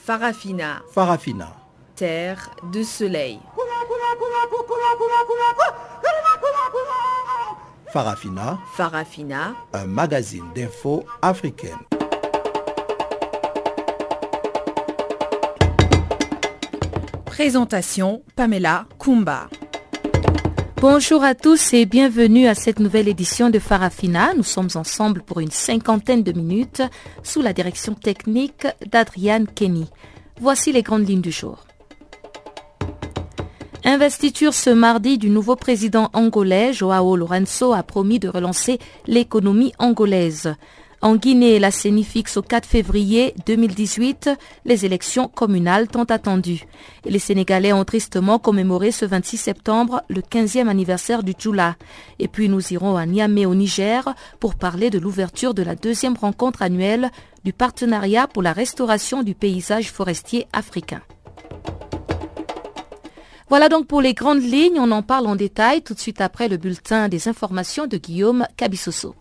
Farafina. Farafina. Terre de soleil. Farafina. Farafina. Un magazine d'infos africaine. Présentation Pamela Kumba. Bonjour à tous et bienvenue à cette nouvelle édition de Farafina. Nous sommes ensemble pour une 50aine de minutes sous la direction technique d'Adriane Kenny. Voici les grandes lignes du jour. Investiture ce mardi du nouveau président angolais, João Lourenço, a promis de relancer l'économie angolaise. En Guinée, la CENI fixe au 4 février 2018 les élections communales tant attendues. Et les Sénégalais ont tristement commémoré ce 26 septembre le 15e anniversaire du Djoula. Et puis nous irons à Niamey au Niger pour parler de l'ouverture de la deuxième rencontre annuelle du partenariat pour la restauration du paysage forestier africain. Voilà donc pour les grandes lignes, on en parle en détail tout de suite après le bulletin des informations de Guillaume Kabissoso.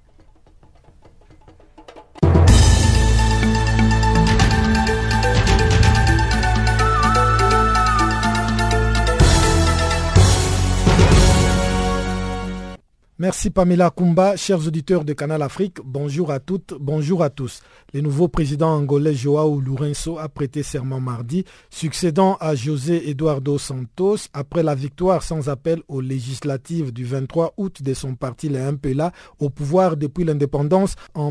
Merci Pamela Kumba, chers auditeurs de Canal Afrique, bonjour à toutes, bonjour à tous. Le nouveau président angolais João Lourenço a prêté serment mardi, succédant à José Eduardo Santos après la victoire sans appel aux législatives du 23 août de son parti, le MPLA, au pouvoir depuis l'indépendance en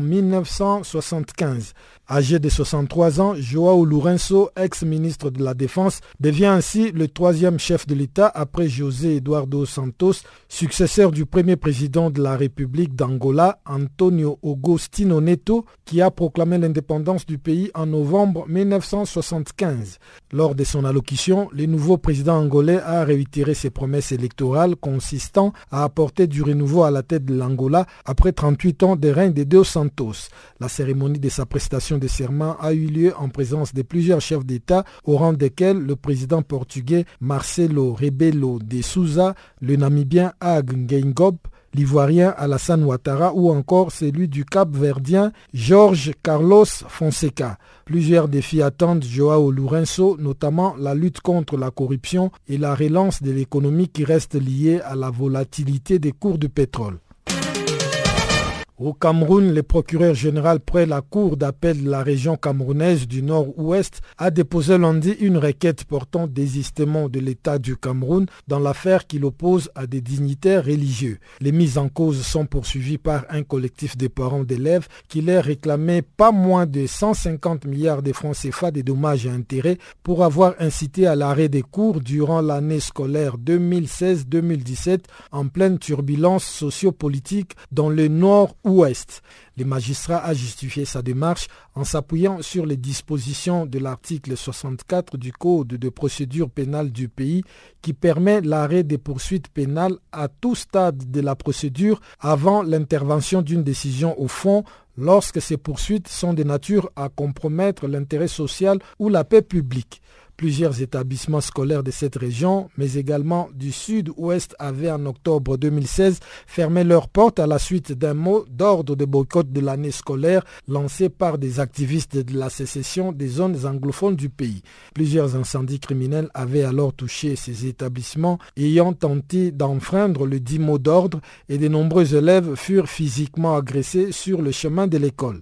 1975. Âgé de 63 ans, João Lourenço, ex-ministre de la Défense, devient ainsi le troisième chef de l'État après José Eduardo Santos, successeur du premier président de la République d'Angola, Antonio Agostinho Neto, qui a proclamé l'indépendance du pays en novembre 1975. Lors de son allocution, le nouveau président angolais a réitéré ses promesses électorales consistant à apporter du renouveau à la tête de l'Angola après 38 ans de règne de Dos Santos. La cérémonie de sa prestation de serment a eu lieu en présence de plusieurs chefs d'État, au rang desquels le président portugais Marcelo Rebelo de Sousa, le namibien Hage Geingob, l'Ivoirien Alassane Ouattara ou encore celui du Cap-Verdien Jorge Carlos Fonseca. Plusieurs défis attendent João Lourenço, notamment la lutte contre la corruption et la relance de l'économie qui reste liée à la volatilité des cours du pétrole. Au Cameroun, le procureur général près la cour d'appel de la région camerounaise du Nord-Ouest a déposé lundi une requête portant désistement de l'État du Cameroun dans l'affaire qui l'oppose à des dignitaires religieux. Les mises en cause sont poursuivies par un collectif de parents d'élèves qui leur réclamait pas moins de 150 milliards de francs CFA de dommages et intérêts pour avoir incité à l'arrêt des cours durant l'année scolaire 2016-2017 en pleine turbulence sociopolitique dans le Nord-Ouest. Le magistrat a justifié sa démarche en s'appuyant sur les dispositions de l'article 64 du Code de procédure pénale du pays qui permet l'arrêt des poursuites pénales à tout stade de la procédure avant l'intervention d'une décision au fond lorsque ces poursuites sont de nature à compromettre l'intérêt social ou la paix publique. Plusieurs établissements scolaires de cette région, mais également du sud-ouest, avaient en octobre 2016 fermé leurs portes à la suite d'un mot d'ordre de boycott de l'année scolaire lancé par des activistes de la sécession des zones anglophones du pays. Plusieurs incendies criminels avaient alors touché ces établissements ayant tenté d'enfreindre le dit mot d'ordre et de nombreux élèves furent physiquement agressés sur le chemin de l'école.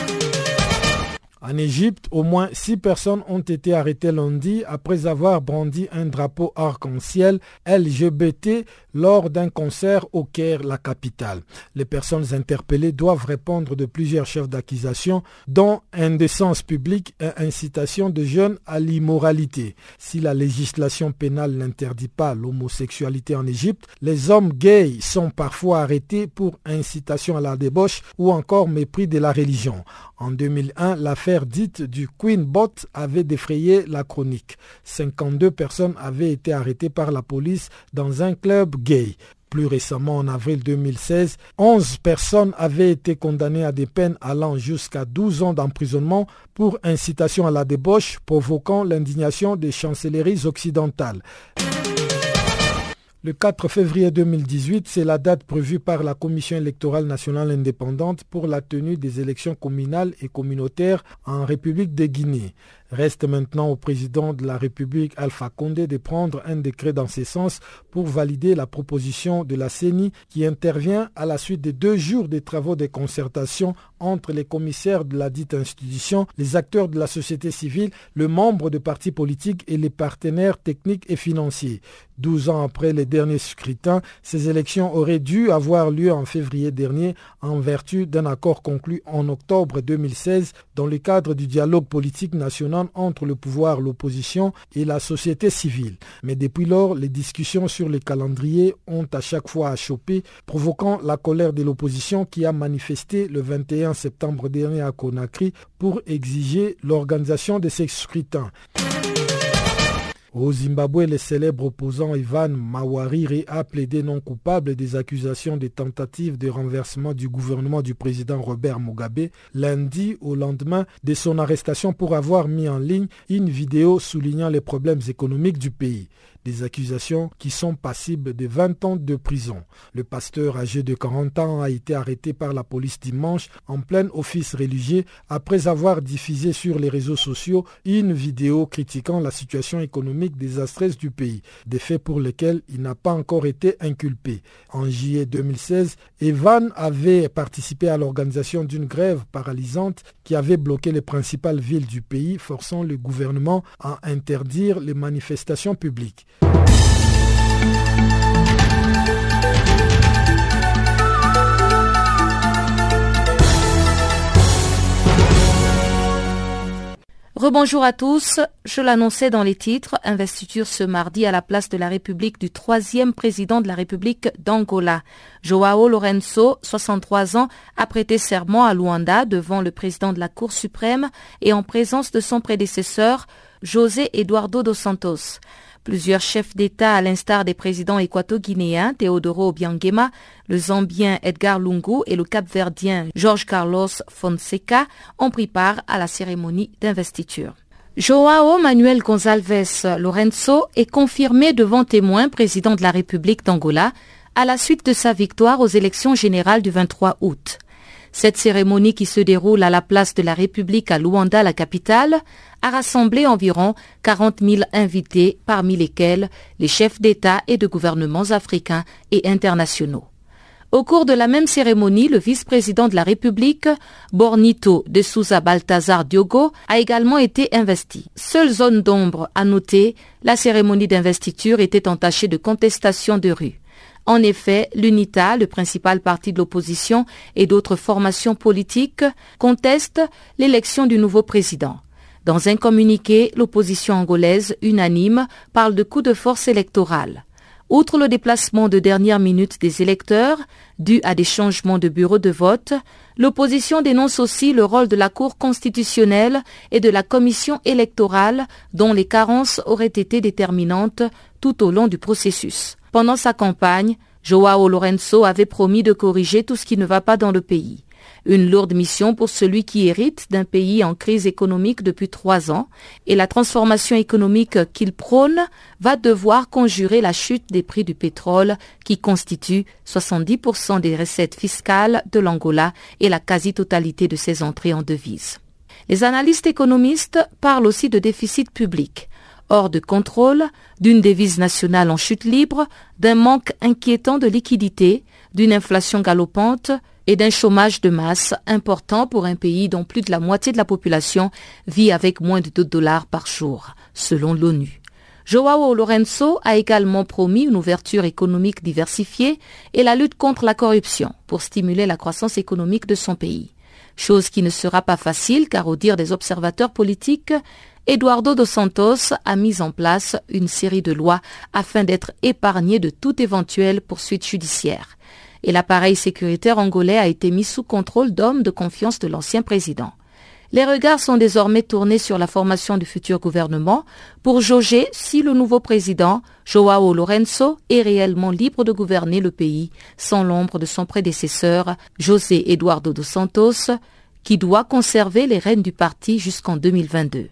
En Égypte, au moins 6 personnes ont été arrêtées lundi après avoir brandi un drapeau arc-en-ciel LGBT lors d'un concert au Caire, la capitale. Les personnes interpellées doivent répondre de plusieurs chefs d'accusation, dont indécence publique et incitation de jeunes à l'immoralité. Si la législation pénale n'interdit pas l'homosexualité en Égypte, les hommes gays sont parfois arrêtés pour incitation à la débauche ou encore mépris de la religion. En 2001, l'affaire dite du Queen Bot avait défrayé la chronique. 52 personnes avaient été arrêtées par la police dans un club gay. Plus récemment, en avril 2016, 11 personnes avaient été condamnées à des peines allant jusqu'à 12 ans d'emprisonnement pour incitation à la débauche, provoquant l'indignation des chancelleries occidentales. Le 4 février 2018, c'est la date prévue par la Commission électorale nationale indépendante pour la tenue des élections communales et communautaires en République de Guinée. Reste maintenant au président de la République Alpha Condé de prendre un décret dans ce sens pour valider la proposition de la CENI qui intervient à la suite de 2 jours de travaux de concertation entre les commissaires de la dite institution, les acteurs de la société civile, le membre de partis politiques et les partenaires techniques et financiers. 12 ans après les derniers scrutins, ces élections auraient dû avoir lieu en février dernier en vertu d'un accord conclu en octobre 2016 dans le cadre du dialogue politique national entre le pouvoir, l'opposition et la société civile. Mais depuis lors, les discussions sur les calendriers ont à chaque fois achoppé, provoquant la colère de l'opposition qui a manifesté le 21 septembre dernier à Conakry pour exiger l'organisation de ces scrutins. Au Zimbabwe, le célèbre opposant Ivan Mawarire a plaidé non coupable des accusations de tentatives de renversement du gouvernement du président Robert Mugabe lundi au lendemain de son arrestation pour avoir mis en ligne une vidéo soulignant les problèmes économiques du pays. Des accusations qui sont passibles de 20 ans de prison. Le pasteur âgé de 40 ans a été arrêté par la police dimanche en plein office religieux après avoir diffusé sur les réseaux sociaux une vidéo critiquant la situation économique désastreuse du pays, des faits pour lesquels il n'a pas encore été inculpé. En juillet 2016, Evan avait participé à l'organisation d'une grève paralysante qui avait bloqué les principales villes du pays, forçant le gouvernement à interdire les manifestations publiques. Rebonjour à tous, je l'annonçais dans les titres, investiture ce mardi à la place de la République du 3e président de la République d'Angola. João Lourenço, 63 ans, a prêté serment à Luanda devant le président de la Cour suprême et en présence de son prédécesseur, José Eduardo dos Santos. Plusieurs chefs d'État, à l'instar des présidents équato-guinéens Teodoro Obiangema, le Zambien Edgar Lungu et le Cap-Verdien Jorge Carlos Fonseca, ont pris part à la cérémonie d'investiture. João Manuel Gonçalves Lourenço est confirmé devant témoins président de la République d'Angola à la suite de sa victoire aux élections générales du 23 août. Cette cérémonie qui se déroule à la place de la République à Luanda, la capitale, a rassemblé environ 40 000 invités, parmi lesquels les chefs d'État et de gouvernements africains et internationaux. Au cours de la même cérémonie, le vice-président de la République, Bornito de Sousa Baltazar Diogo, a également été investi. Seule zone d'ombre à noter, la cérémonie d'investiture était entachée de contestations de rue. En effet, l'UNITA, le principal parti de l'opposition et d'autres formations politiques, contestent l'élection du nouveau président. Dans un communiqué, l'opposition angolaise, unanime, parle de coup de force électorale. Outre le déplacement de dernière minute des électeurs, dû à des changements de bureau de vote, l'opposition dénonce aussi le rôle de la Cour constitutionnelle et de la Commission électorale, dont les carences auraient été déterminantes tout au long du processus. Pendant sa campagne, João Lourenço avait promis de corriger tout ce qui ne va pas dans le pays. Une lourde mission pour celui qui hérite d'un pays en crise économique depuis 3 ans, et la transformation économique qu'il prône va devoir conjurer la chute des prix du pétrole qui constitue 70% des recettes fiscales de l'Angola et la quasi-totalité de ses entrées en devises. Les analystes économistes parlent aussi de déficit public, hors de contrôle, d'une devise nationale en chute libre, d'un manque inquiétant de liquidité, d'une inflation galopante et d'un chômage de masse important pour un pays dont plus de la moitié de la population vit avec moins de $2 par jour, selon l'ONU. João Lourenço a également promis une ouverture économique diversifiée et la lutte contre la corruption pour stimuler la croissance économique de son pays. Chose qui ne sera pas facile car, au dire des observateurs politiques, Eduardo dos Santos a mis en place une série de lois afin d'être épargné de toute éventuelle poursuite judiciaire. Et l'appareil sécuritaire angolais a été mis sous contrôle d'hommes de confiance de l'ancien président. Les regards sont désormais tournés sur la formation du futur gouvernement pour jauger si le nouveau président, João Lourenço, est réellement libre de gouverner le pays sans l'ombre de son prédécesseur, José Eduardo dos Santos, qui doit conserver les rênes du parti jusqu'en 2022.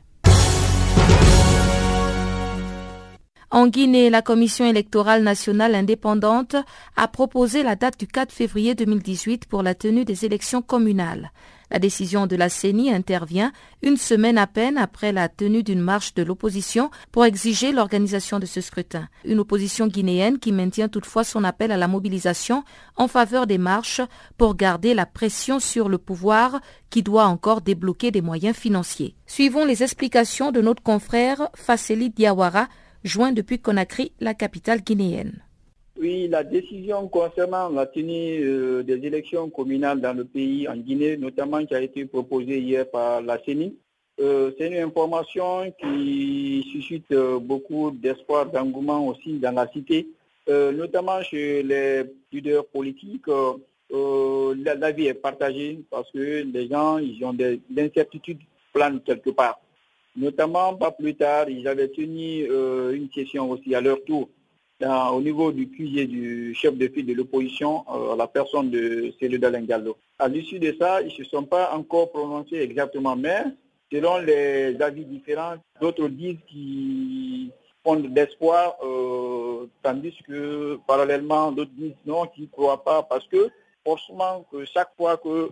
En Guinée, la Commission électorale nationale indépendante a proposé la date du 4 février 2018 pour la tenue des élections communales. La décision de la CENI intervient une semaine à peine après la tenue d'une marche de l'opposition pour exiger l'organisation de ce scrutin. Une opposition guinéenne qui maintient toutefois son appel à la mobilisation en faveur des marches pour garder la pression sur le pouvoir qui doit encore débloquer des moyens financiers. Suivons les explications de notre confrère Fasseli Diawara, joint depuis Conakry, la capitale guinéenne. Oui, la décision concernant la tenue des élections communales dans le pays, en Guinée, notamment qui a été proposée hier par la CENI, c'est une information qui suscite beaucoup d'espoir, d'engouement aussi dans la cité, notamment chez les leaders politiques. L'avis est partagé parce que les gens ils ont des incertitudes planent quelque part. Notamment, pas plus tard, ils avaient tenu une session aussi à leur tour au niveau du QG du chef de file de l'opposition, la personne de Cellou Dalein Diallo. À l'issue de ça, ils ne se sont pas encore prononcés exactement, mais selon les avis différents, d'autres disent qu'ils font de l'espoir, tandis que parallèlement, d'autres disent non, qu'ils ne croient pas, parce que forcément, que chaque fois que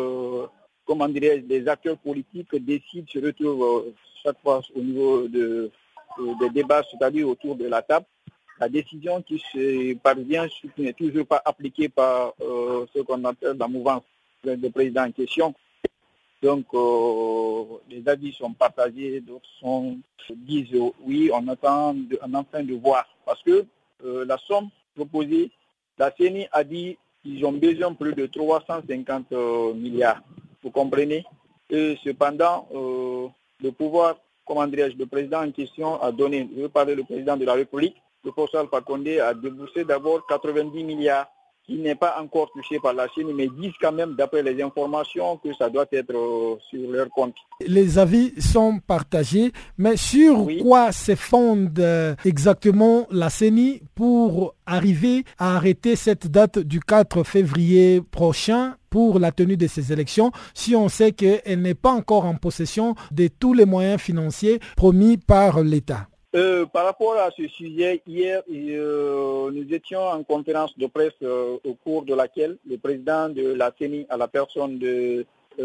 les acteurs politiques décident, se retrouvent chaque fois au niveau des débats, c'est-à-dire autour de la table, la décision qui se parvient n'est toujours pas appliquée par ce qu'on appelle la mouvance du président en question. Donc, les avis sont partagés, d'autres disent oui, on attend enfin de voir. Parce que la somme proposée, la CENI a dit qu'ils ont besoin de plus de 350 milliards. Vous comprenez? Et cependant, le pouvoir, le président en question a donné, je veux parler du président de la République, le professeur Alpha Condé a déboursé d'abord 90 milliards qui n'est pas encore touché par la Chine, mais disent quand même, d'après les informations, que ça doit être sur leur compte. Les avis sont partagés, mais sur quoi se fonde exactement la CENI pour arriver à arrêter cette date du 4 février prochain pour la tenue de ces élections, si on sait qu'elle n'est pas encore en possession de tous les moyens financiers promis par l'État? Par rapport à ce sujet, hier, nous étions en conférence de presse au cours de laquelle le président de la CENI, à la personne de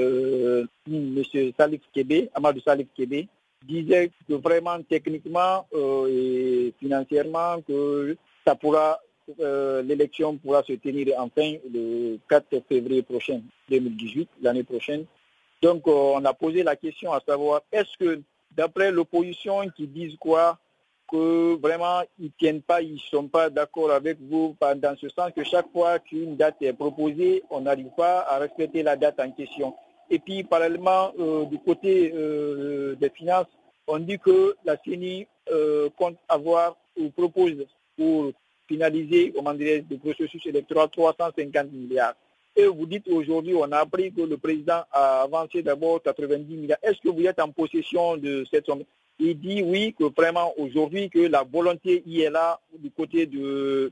M. Salif Kébé, Amadou Salif Kébé, disait que vraiment techniquement et financièrement que ça pourra, l'élection pourra se tenir enfin le 4 février prochain, 2018, l'année prochaine. Donc on a posé la question à savoir, est-ce que d'après l'opposition qui disent quoi, que vraiment ils tiennent pas, ils sont pas d'accord avec vous, dans ce sens que chaque fois qu'une date est proposée, on n'arrive pas à respecter la date en question. Et puis parallèlement du côté des finances, on dit que la CENI compte avoir ou propose pour finaliser, le processus électoral 350 milliards. Et vous dites aujourd'hui, on a appris que le président a avancé d'abord 90 milliards. Est-ce que vous êtes en possession de cette somme? Il dit oui, que vraiment aujourd'hui, que la volonté y est là du côté du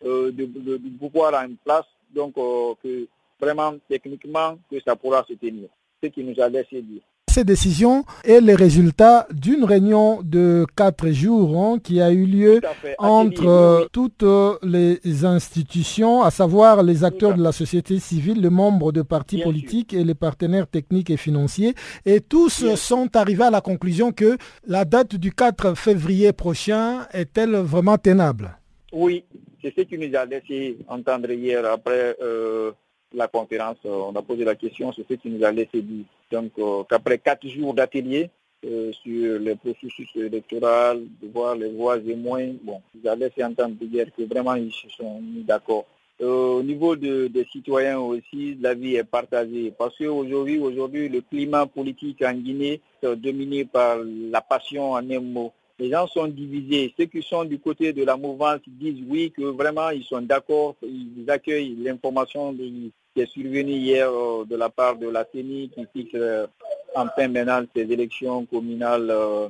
pouvoir en place. Donc, que vraiment, techniquement, que ça pourra se tenir. Ce qui nous a laissé dire. Cette décision est le résultat d'une réunion de 4 jours qui a eu lieu entre toutes les institutions, à savoir les acteurs de la société civile, les membres de partis politiques et les partenaires techniques et financiers. Et tous sont arrivés à la conclusion que la date du 4 février prochain est-elle vraiment tenable? Oui, c'est ce qui nous a laissé entendre hier après la conférence. On a posé la question, c'est ce qui nous a laissé dire. Donc, qu'après 4 jours d'atelier sur le processus électoral, de voir les voix et moyens, bon, ils ont laissé entendre hier que vraiment ils se sont mis d'accord. Au niveau des citoyens aussi, l'avis est partagé. Parce qu'aujourd'hui, le climat politique en Guinée est dominé par la passion en un mot. Les gens sont divisés. Ceux qui sont du côté de la mouvance disent oui, que vraiment ils sont d'accord, ils accueillent l'information qui est survenue hier de la part de la CENI qui fixe enfin maintenant ces élections communales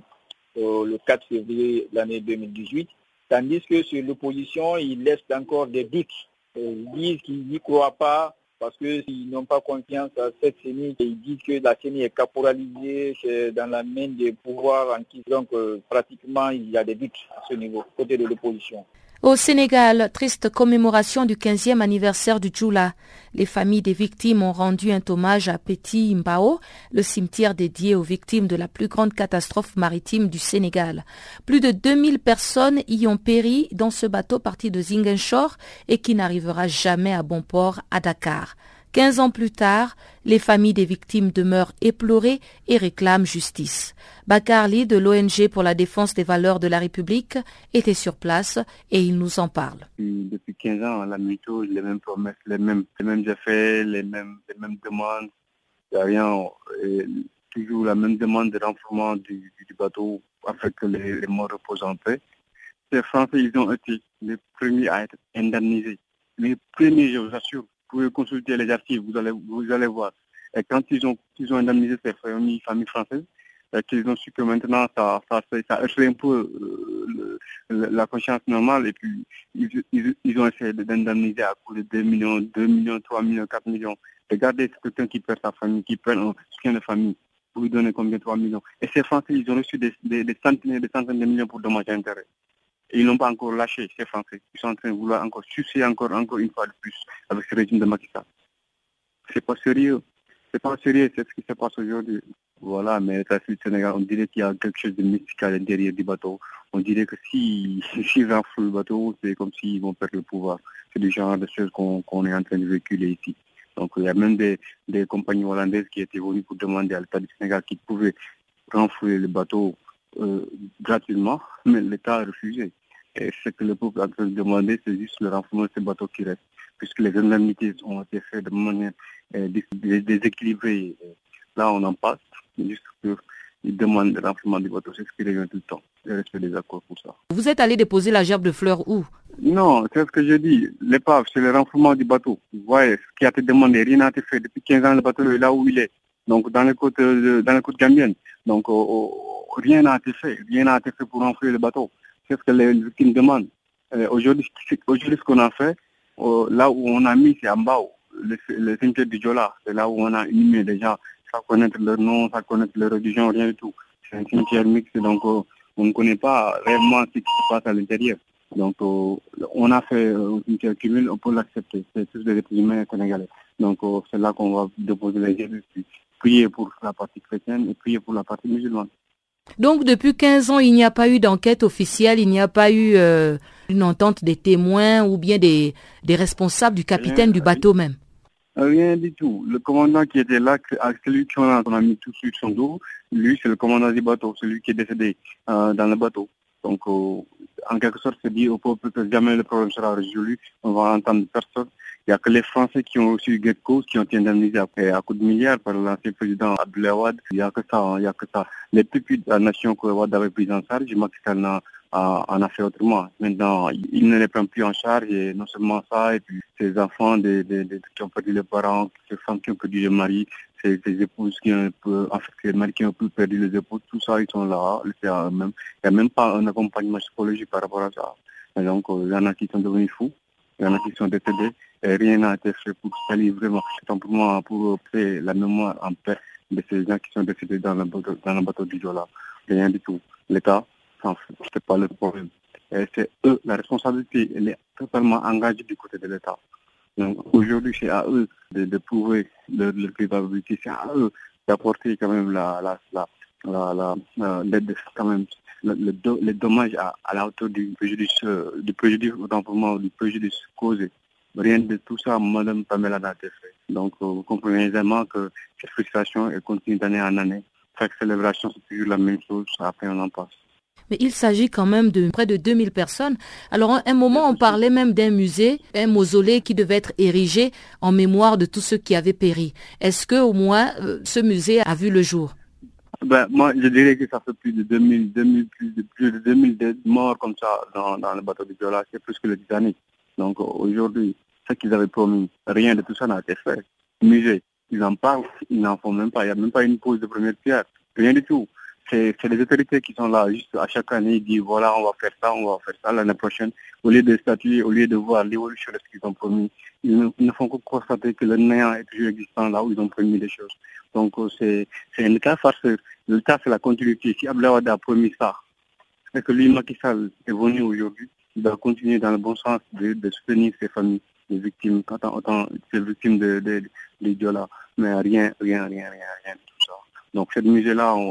le 4 février de l'année 2018. Tandis que sur l'opposition, ils laissent encore des doutes. Ils disent qu'ils n'y croient pas parce qu'ils n'ont pas confiance à cette CENI. Ils disent que la CENI est caporalisée, c'est dans la main des pouvoirs en qui, donc pratiquement il y a des doutes à ce niveau, côté de l'opposition. Au Sénégal, triste commémoration du 15e anniversaire du Djoula. Les familles des victimes ont rendu un hommage à Petit Mbao, le cimetière dédié aux victimes de la plus grande catastrophe maritime du Sénégal. Plus de 2000 personnes y ont péri dans ce bateau parti de Ziguinchor et qui n'arrivera jamais à bon port à Dakar. 15 ans plus tard, les familles des victimes demeurent éplorées et réclament justice. Bakar Ly de l'ONG pour la défense des valeurs de la République était sur place et il nous en parle. Depuis 15 ans, la même chose, les mêmes promesses, les mêmes effets, les mêmes demandes. Il n'y a rien, toujours la même demande de renflouement du bateau afin que les morts reposent en paix. Les Français, ils ont été les premiers à être indemnisés. Les premiers, je vous assure. Vous pouvez consulter les archives, vous allez voir. Et quand ils ont indemnisé ces familles françaises, qu'ils ont su que maintenant ça heurterait un peu la conscience normale, et puis ils ont essayé d'indemniser à coût de 2 millions, 3 millions, 4 millions. Regardez, c'est quelqu'un qui perd sa famille, qui perd un soutien de famille. Vous lui donnez combien? 3 millions. Et ces Français, ils ont reçu des centaines et des centaines de millions pour dommages et intérêts. Et ils n'ont pas encore lâché, ces Français. Ils sont en train de vouloir encore sucer encore une fois de plus avec ce régime de Macky Sall. C'est pas sérieux. C'est pas sérieux, c'est ce qui se passe aujourd'hui. Voilà, mais l'État du Sénégal, on dirait qu'il y a quelque chose de mystique à l'intérieur du bateau. On dirait que s'ils renflouent le bateau, c'est comme s'ils vont perdre le pouvoir. C'est du genre de choses qu'on est en train de véhiculer ici. Donc il y a même des compagnies hollandaises qui étaient venues pour demander à l'État du Sénégal qu'ils pouvaient renflouer le bateau gratuitement, mais l'État a refusé. Et ce que le peuple a demandé, c'est juste le renflouement de ces bateaux qui restent, puisque les indemnités ont été faites de manière déséquilibrée. Là, on en passe, juste qu'ils demandent le renflouement du bateau, c'est ce qui revient tout le temps, le respect des accords pour ça. Vous êtes allé déposer la gerbe de fleurs où? Non, c'est ce que je dis. L'épave, c'est le renflouement du bateau. Vous voyez, ce qui a été demandé, rien n'a été fait. Depuis 15 ans, le bateau est là où il est, donc dans les côtes gambiennes. Donc, rien n'a été fait pour renflouer le bateau. C'est ce que les victimes demandent. Aujourd'hui, ce qu'on a fait, là où on a mis, c'est en bas, le cimetière du Djola. C'est là où on a inhumé les gens, sans connaître leur nom, sans connaître leur religion, rien du tout. C'est un cimetière mixte, donc on ne connaît pas réellement ce qui se passe à l'intérieur. Donc, on a fait un cimetière cumul, on peut l'accepter. C'est tous des êtres humains sénégalais. Donc, c'est là qu'on va déposer les yeux, prier pour la partie chrétienne et prier pour la partie musulmane. Donc, depuis 15 ans, il n'y a pas eu d'enquête officielle, il n'y a pas eu une entente des témoins ou bien des responsables du capitaine du bateau même? Rien du tout. Le commandant qui était là, celui qu'on a mis tout sur son dos, lui, c'est le commandant du bateau, celui qui est décédé dans le bateau. Donc, en quelque sorte, c'est dit au peuple que jamais le problème sera résolu, on va entendre personne. Il n'y a que les Français qui ont reçu gain de cause, qui ont été indemnisés à coups de milliards par l'ancien président Abdoulaye Wade. Il n'y a que ça, Les pupilles de la nation que Wade avait prise en charge, Macky Sall en a fait autrement. Maintenant, il ne les prend plus en charge, et non seulement ça, et puis ces enfants qui ont perdu les parents, ces femmes qui ont perdu les maris, ces épouses ces maris qui ont perdu les épouses, tout ça, ils sont là, laissés à eux-mêmes. Il n'y a même pas un accompagnement psychologique par rapport à ça. Et donc, il y en a qui sont devenus fous, il y en a qui sont décédés, et rien n'a été fait pour salir vraiment, simplement pour faire la mémoire en paix de ces gens qui sont décédés dans le bateau du Djola. Rien du tout. L'État, c'est pas le problème. Et c'est eux, la responsabilité, elle est totalement engagée du côté de l'État. Donc aujourd'hui, c'est à eux de prouver leur culpabilité, c'est à eux d'apporter quand même l'aide, quand même, les dommages à la hauteur du préjudice au d'emploi, du préjudice causé. Rien de tout ça, Madame Pamela n'a été fait. Donc vous comprenez aisément que cette frustration elle continue d'année en année. Chaque célébration, c'est toujours la même chose, après on en passe. Mais il s'agit quand même de près de 2000 personnes. Alors, à un moment, on parlait même d'un musée, un mausolée qui devait être érigé en mémoire de tous ceux qui avaient péri. Est-ce que, au moins, ce musée a vu le jour? Moi, je dirais que ça fait plus de 2000 morts comme ça dans le bateau du Djola. C'est plus que le Titanic. Donc, aujourd'hui, ce qu'ils avaient promis, rien de tout ça n'a été fait. Le musée, ils en parlent, ils n'en font même pas. Il n'y a même pas une pose de première pierre. Rien du tout. C'est les autorités qui sont là, juste à chaque année, ils disent voilà, on va faire ça l'année prochaine. Au lieu de statuer, au lieu de voir l'évolution de ce qu'ils ont promis, ils ne font que constater que le néant est toujours existant là où ils ont promis des choses. Donc c'est un État farceur. L'État, c'est la continuité. Si Abdoulaye Wade a promis ça, c'est que lui, Macky Sall, est venu aujourd'hui, il doit continuer dans le bon sens de soutenir ses familles, les victimes, ces victimes de Diola. Mais rien de tout ça. Donc cette musée-là, on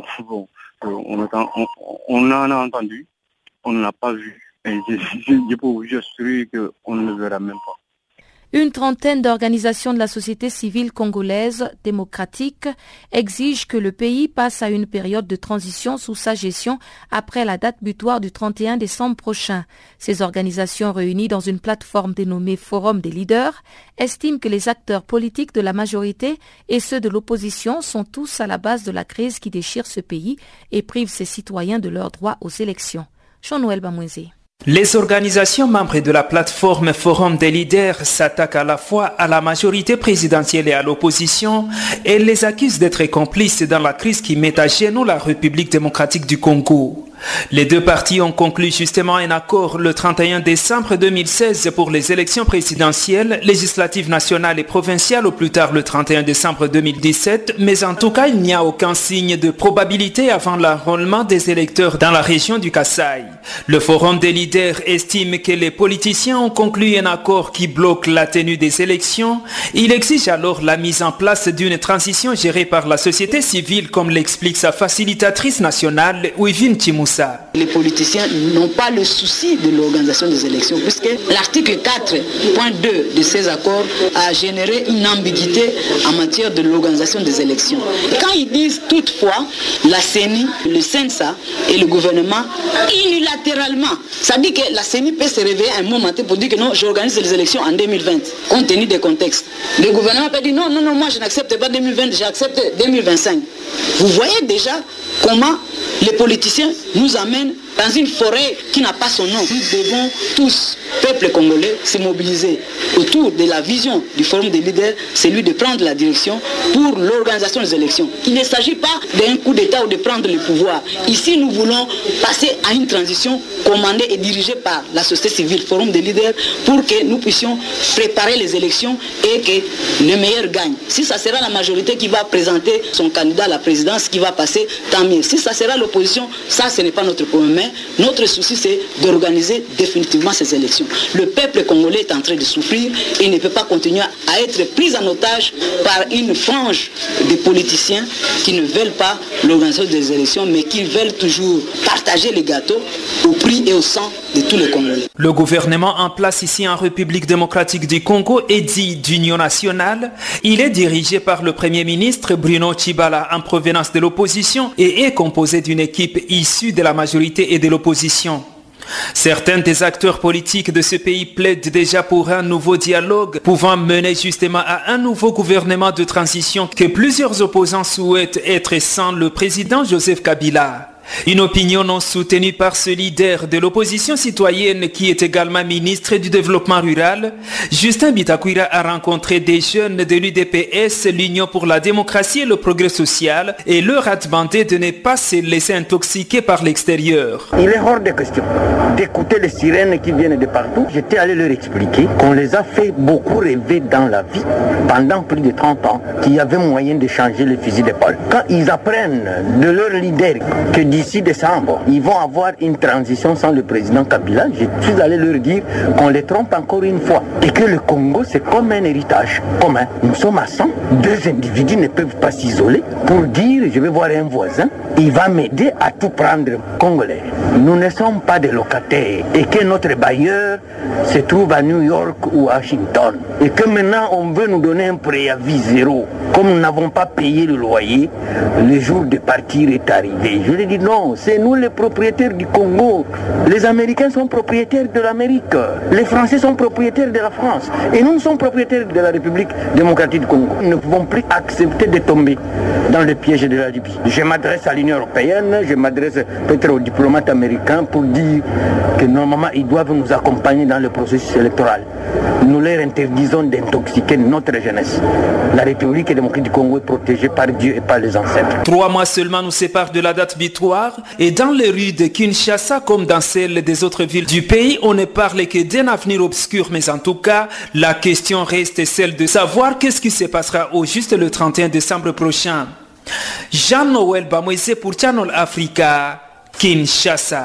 en a entendu, on ne l'a pas vu. Et je peux vous assurer qu'on ne le verra même pas. Une trentaine d'organisations de la société civile congolaise démocratique exigent que le pays passe à une période de transition sous sa gestion après la date butoir du 31 décembre prochain. Ces organisations réunies dans une plateforme dénommée Forum des leaders estiment que les acteurs politiques de la majorité et ceux de l'opposition sont tous à la base de la crise qui déchire ce pays et prive ses citoyens de leur droit aux élections. Jean-Noël Bamouézé. Les organisations membres de la plateforme Forum des leaders s'attaquent à la fois à la majorité présidentielle et à l'opposition et les accusent d'être complices dans la crise qui met à genoux la République démocratique du Congo. Les deux partis ont conclu justement un accord le 31 décembre 2016 pour les élections présidentielles, législatives nationales et provinciales au plus tard le 31 décembre 2017, mais en tout cas il n'y a aucun signe de probabilité avant l'enrôlement des électeurs dans la région du Kasaï. Le Forum des leaders estime que les politiciens ont conclu un accord qui bloque la tenue des élections. Il exige alors la mise en place d'une transition gérée par la société civile comme l'explique sa facilitatrice nationale, Ouivine Chimoussa. Les politiciens n'ont pas le souci de l'organisation des élections puisque l'article 4.2 de ces accords a généré une ambiguïté en matière de l'organisation des élections. Quand ils disent toutefois la CENI, le CENSA et le gouvernement unilatéralement, ça dit que la CENI peut se réveiller un moment pour dire que non, j'organise les élections en 2020 compte tenu des contextes. Le gouvernement peut dire non, moi je n'accepte pas 2020, j'accepte 2025. Vous voyez déjà comment les politiciens nous amènent dans une forêt qui n'a pas son nom. Nous devons tous, peuple congolais, se mobiliser autour de la vision du Forum des leaders, celui de prendre la direction pour l'organisation des élections. Il ne s'agit pas d'un coup d'État ou de prendre le pouvoir. Ici, nous voulons passer à une transition commandée et dirigée par la société civile, Forum des leaders, pour que nous puissions préparer les élections et que le meilleur gagne. Si ça sera la majorité qui va présenter son candidat à la présidence qui va passer, tant mieux. Si ça sera l'opposition, ça ce n'est pas notre problème. Mais notre souci c'est d'organiser définitivement ces élections. Le peuple congolais est en train de souffrir et ne peut pas continuer à être pris en otage par une frange de politiciens qui ne veulent pas l'organisation des élections mais qui veulent toujours partager les gâteaux au prix et au sang de tous les Congolais. Le gouvernement en place ici en République démocratique du Congo est dit d'union nationale. Il est dirigé par le Premier ministre Bruno Tshibala en provenance de l'opposition et est composé d'une équipe issue de la majorité et de l'opposition. Certains des acteurs politiques de ce pays plaident déjà pour un nouveau dialogue pouvant mener justement à un nouveau gouvernement de transition que plusieurs opposants souhaitent être sans le président Joseph Kabila. Une opinion non soutenue par ce leader de l'opposition citoyenne qui est également ministre du développement rural. Justin Bitakwira a rencontré des jeunes de l'UDPS, l'Union pour la démocratie et le progrès social, et leur a demandé de ne pas se laisser intoxiquer par l'extérieur. Il est hors de question d'écouter les sirènes qui viennent de partout. J'étais allé leur expliquer qu'on les a fait beaucoup rêver dans la vie pendant plus de 30 ans, qu'il y avait moyen de changer le fusil d'épaule. Quand ils apprennent de leur leader que d'ici décembre, ils vont avoir une transition sans le président Kabila, je suis allé leur dire qu'on les trompe encore une fois et que le Congo c'est comme un héritage commun. Nous sommes à 100, deux individus ne peuvent pas s'isoler pour dire je vais voir un voisin, il va m'aider à tout prendre congolais. Nous ne sommes pas des locataires et que notre bailleur se trouve à New York ou à Washington et que maintenant on veut nous donner un préavis zéro. Comme nous n'avons pas payé le loyer, le jour de partir est arrivé. Je lui dis non, c'est nous les propriétaires du Congo. Les Américains sont propriétaires de l'Amérique. Les Français sont propriétaires de la France. Et nous sommes propriétaires de la République démocratique du Congo. Nous ne pouvons plus accepter de tomber dans le piège de la Libye. Je m'adresse à l'Union européenne, je m'adresse peut-être aux diplomates américains pour dire que normalement ils doivent nous accompagner dans le processus électoral. Nous leur interdisons d'intoxiquer notre jeunesse. La République démocratique du Congo est protégée par Dieu et par les ancêtres. 3 mois seulement nous séparent de la date butoir et dans les rues de Kinshasa comme dans celles des autres villes du pays, on ne parle que d'un avenir obscur, mais en tout cas, la question reste celle de savoir qu'est-ce qui se passera au juste le 31 décembre prochain. Jean-Noël Bamouézé pour Channel Africa, Kinshasa.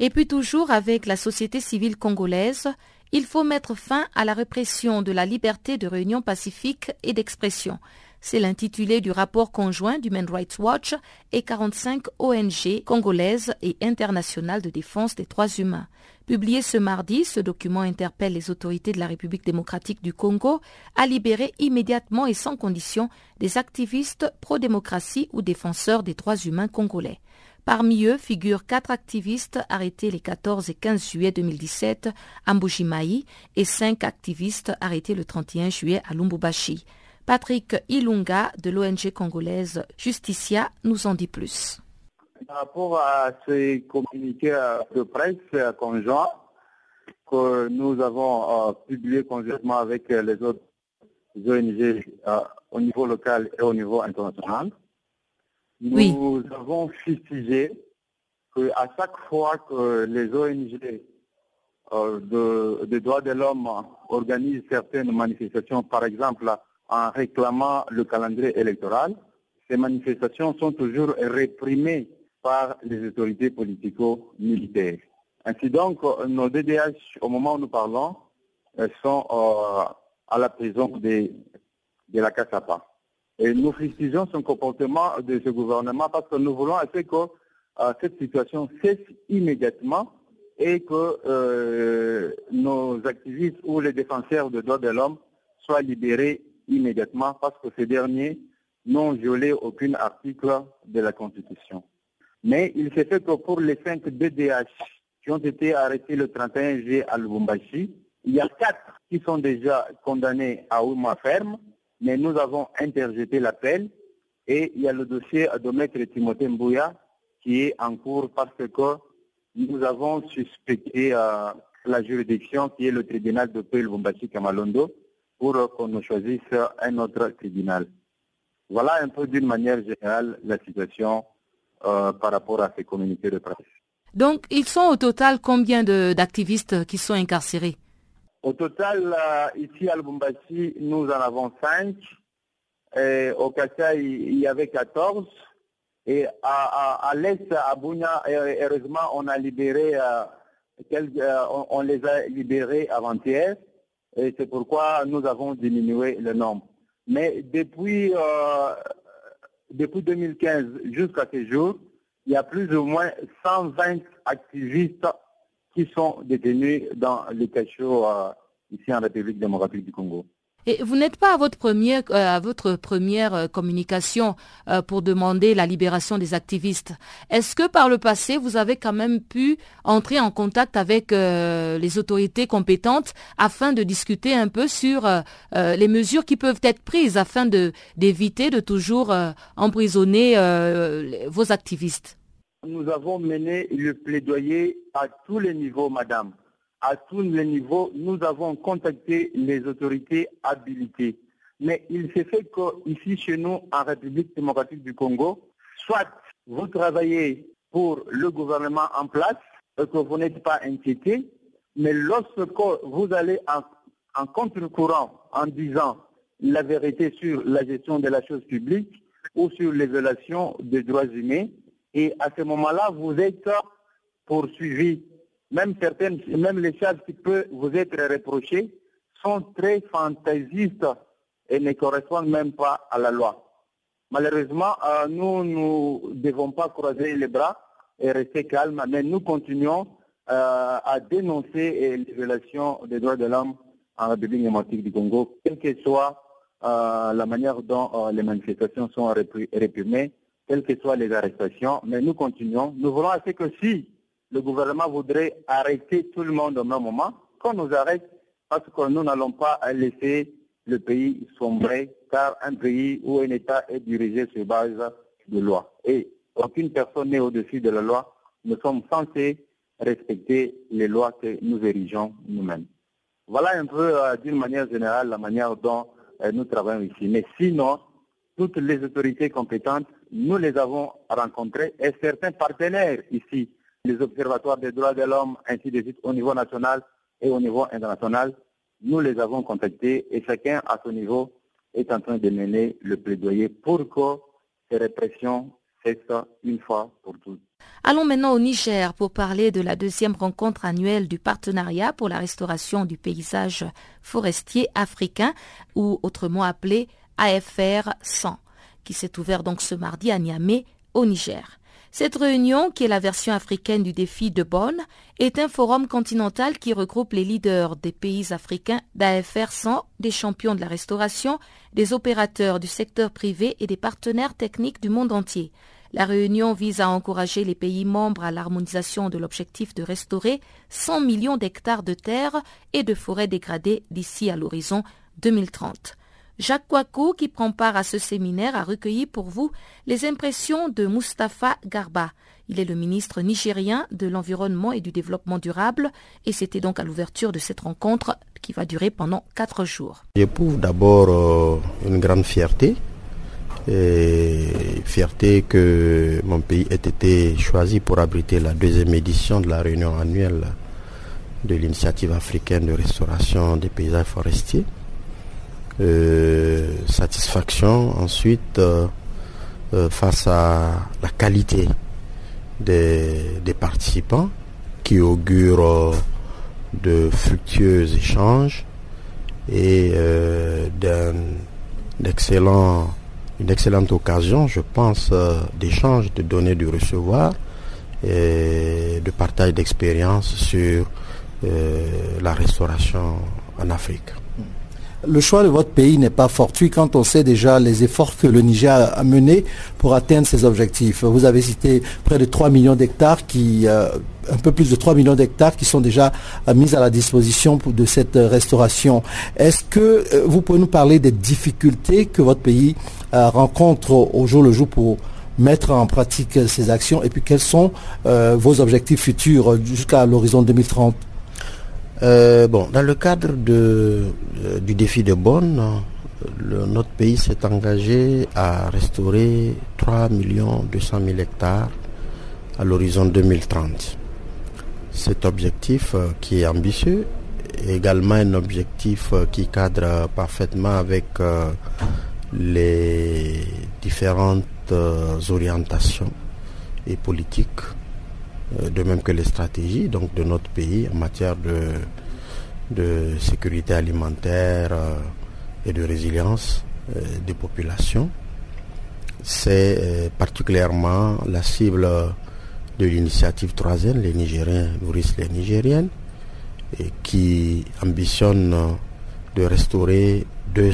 Et puis toujours avec la société civile congolaise, il faut mettre fin à la répression de la liberté de réunion pacifique et d'expression. C'est l'intitulé du rapport conjoint d'Human Rights Watch et 45 ONG congolaises et internationales de défense des droits humains. Publié ce mardi, ce document interpelle les autorités de la République démocratique du Congo à libérer immédiatement et sans condition des activistes pro-démocratie ou défenseurs des droits humains congolais. Parmi eux figurent 4 activistes arrêtés les 14 et 15 juillet 2017 à Mbujimayi et 5 activistes arrêtés le 31 juillet à Lubumbashi. Patrick Ilunga de l'ONG congolaise Justicia nous en dit plus. Par rapport à ces communiqués de presse conjoints que nous avons publiés conjointement avec les autres ONG au niveau local et au niveau international, nous avons fustigé qu'à chaque fois que les ONG de droits de l'homme organisent certaines manifestations, par exemple en réclamant le calendrier électoral, ces manifestations sont toujours réprimées par les autorités politico-militaires. Ainsi donc, nos DDH, au moment où nous parlons, sont à la prison de la Cassapa. Et nous fustigeons son comportement de ce gouvernement parce que nous voulons assez que cette situation cesse immédiatement et que nos activistes ou les défenseurs des droits de l'homme soient libérés immédiatement parce que ces derniers n'ont violé aucun article de la Constitution. Mais il s'est fait que pour les 5 DDH qui ont été arrêtés le 31 juillet à Lubumbashi, il y a 4 qui sont déjà condamnés à 8 mois ferme, mais nous avons interjeté l'appel et il y a le dossier de Maître Timothée Mbouya qui est en cours parce que nous avons suspecté la juridiction qui est le tribunal de paix Lubumbashi Kamalondo pour qu'on nous choisisse un autre tribunal. Voilà un peu d'une manière générale la situation par rapport à ces communiqués de presse. Donc, ils sont au total combien d'activistes qui sont incarcérés? Au total, ici à Lubumbashi, nous en avons 5. Et au Kassai, il y avait 14. Et à l'Est, à Bunia, heureusement, on a libéré, on les a libérés avant-hier. Et c'est pourquoi nous avons diminué le nombre. Mais depuis 2015 jusqu'à ce jour, il y a plus ou moins 120 activistes qui sont détenus dans les cachots ici en République démocratique du Congo. Et vous n'êtes pas à votre première communication pour demander la libération des activistes. Est-ce que par le passé, vous avez quand même pu entrer en contact avec les autorités compétentes afin de discuter un peu sur les mesures qui peuvent être prises afin d'éviter de toujours emprisonner vos activistes? Nous avons mené le plaidoyer à tous les niveaux, madame. À tous les niveaux, nous avons contacté les autorités habilitées. Mais il s'est fait qu'ici, chez nous, en République démocratique du Congo, soit vous travaillez pour le gouvernement en place et que vous n'êtes pas inquiété, mais lorsque vous allez en contre-courant en disant la vérité sur la gestion de la chose publique ou sur les violations des droits humains, et à ce moment-là, vous êtes poursuivi. Même les charges qui peuvent vous être reprochées sont très fantaisistes et ne correspondent même pas à la loi. Malheureusement, nous ne devons pas croiser les bras et rester calmes, mais nous continuons à dénoncer les violations des droits de l'homme en République démocratique du Congo, quelle que soit la manière dont les manifestations sont réprimées, quelles que soient les arrestations, mais nous continuons. Nous voulons assez que si le gouvernement voudrait arrêter tout le monde au même moment, qu'on nous arrête, parce que nous n'allons pas laisser le pays sombrer, car un pays ou un État est dirigé sur base de loi. Et aucune personne n'est au-dessus de la loi. Nous sommes censés respecter les lois que nous érigeons nous-mêmes. Voilà un peu, d'une manière générale, la manière dont nous travaillons ici. Mais sinon, toutes les autorités compétentes, nous les avons rencontrées et certains partenaires ici, les observatoires des droits de l'homme, ainsi de suite, au niveau national et au niveau international, nous les avons contactés et chacun à son niveau est en train de mener le plaidoyer pour que ces répressions cessent une fois pour toutes. Allons maintenant au Niger pour parler de la deuxième rencontre annuelle du partenariat pour la restauration du paysage forestier africain, ou autrement appelé AFR 100, qui s'est ouvert donc ce mardi à Niamey, au Niger. Cette réunion, qui est la version africaine du défi de Bonn, est un forum continental qui regroupe les leaders des pays africains d'AFR 100, des champions de la restauration, des opérateurs du secteur privé et des partenaires techniques du monde entier. La réunion vise à encourager les pays membres à l'harmonisation de l'objectif de restaurer 100 millions d'hectares de terres et de forêts dégradées d'ici à l'horizon 2030. Jacques Kouakou, qui prend part à ce séminaire, a recueilli pour vous les impressions de Moustapha Garba. Il est le ministre nigérien de l'Environnement et du Développement durable et c'était donc à l'ouverture de cette rencontre qui va durer pendant 4 jours. J'éprouve d'abord une grande fierté. Fierté que mon pays ait été choisi pour abriter la deuxième édition de la réunion annuelle de l'initiative africaine de restauration des paysages forestiers. Satisfaction ensuite face à la qualité des participants qui augurent de fructueux échanges et une excellente occasion, je pense, d'échange, de donner, de recevoir et de partage d'expériences sur la restauration en Afrique. Le choix de votre pays n'est pas fortuit quand on sait déjà les efforts que le Niger a menés pour atteindre ses objectifs. Vous avez cité près de 3 millions d'hectares un peu plus de 3 millions d'hectares qui sont déjà mis à la disposition de cette restauration. Est-ce que vous pouvez nous parler des difficultés que votre pays rencontre au jour le jour pour mettre en pratique ces actions et puis quels sont vos objectifs futurs jusqu'à l'horizon 2030? Dans le cadre du défi de Bonn, notre pays s'est engagé à restaurer 3 200 000 hectares à l'horizon 2030. Cet objectif qui est ambitieux est également un objectif qui cadre parfaitement avec les différentes orientations et politiques, de même que les stratégies donc, de notre pays en matière de sécurité alimentaire et de résilience des populations. C'est particulièrement la cible de l'initiative 3N, les Nigériens nourrissent les Nigériennes, et qui ambitionne de restaurer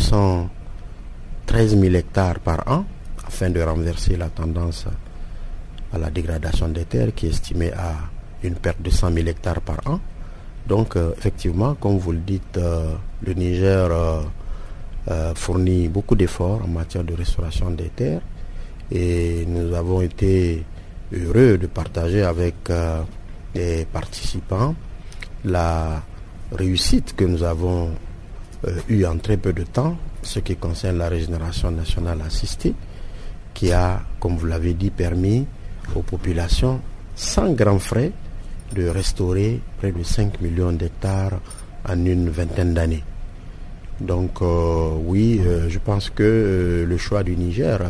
213 000 hectares par an afin de renverser la tendance à la dégradation des terres qui est estimée à une perte de 100 000 hectares par an. Donc effectivement, comme vous le dites, le Niger fournit beaucoup d'efforts en matière de restauration des terres et nous avons été heureux de partager avec les participants la réussite que nous avons eue en très peu de temps, ce qui concerne la régénération nationale assistée, qui a, comme vous l'avez dit, permis aux populations, sans grands frais, de restaurer près de 5 millions d'hectares en une vingtaine d'années. Donc oui, je pense que le choix du Niger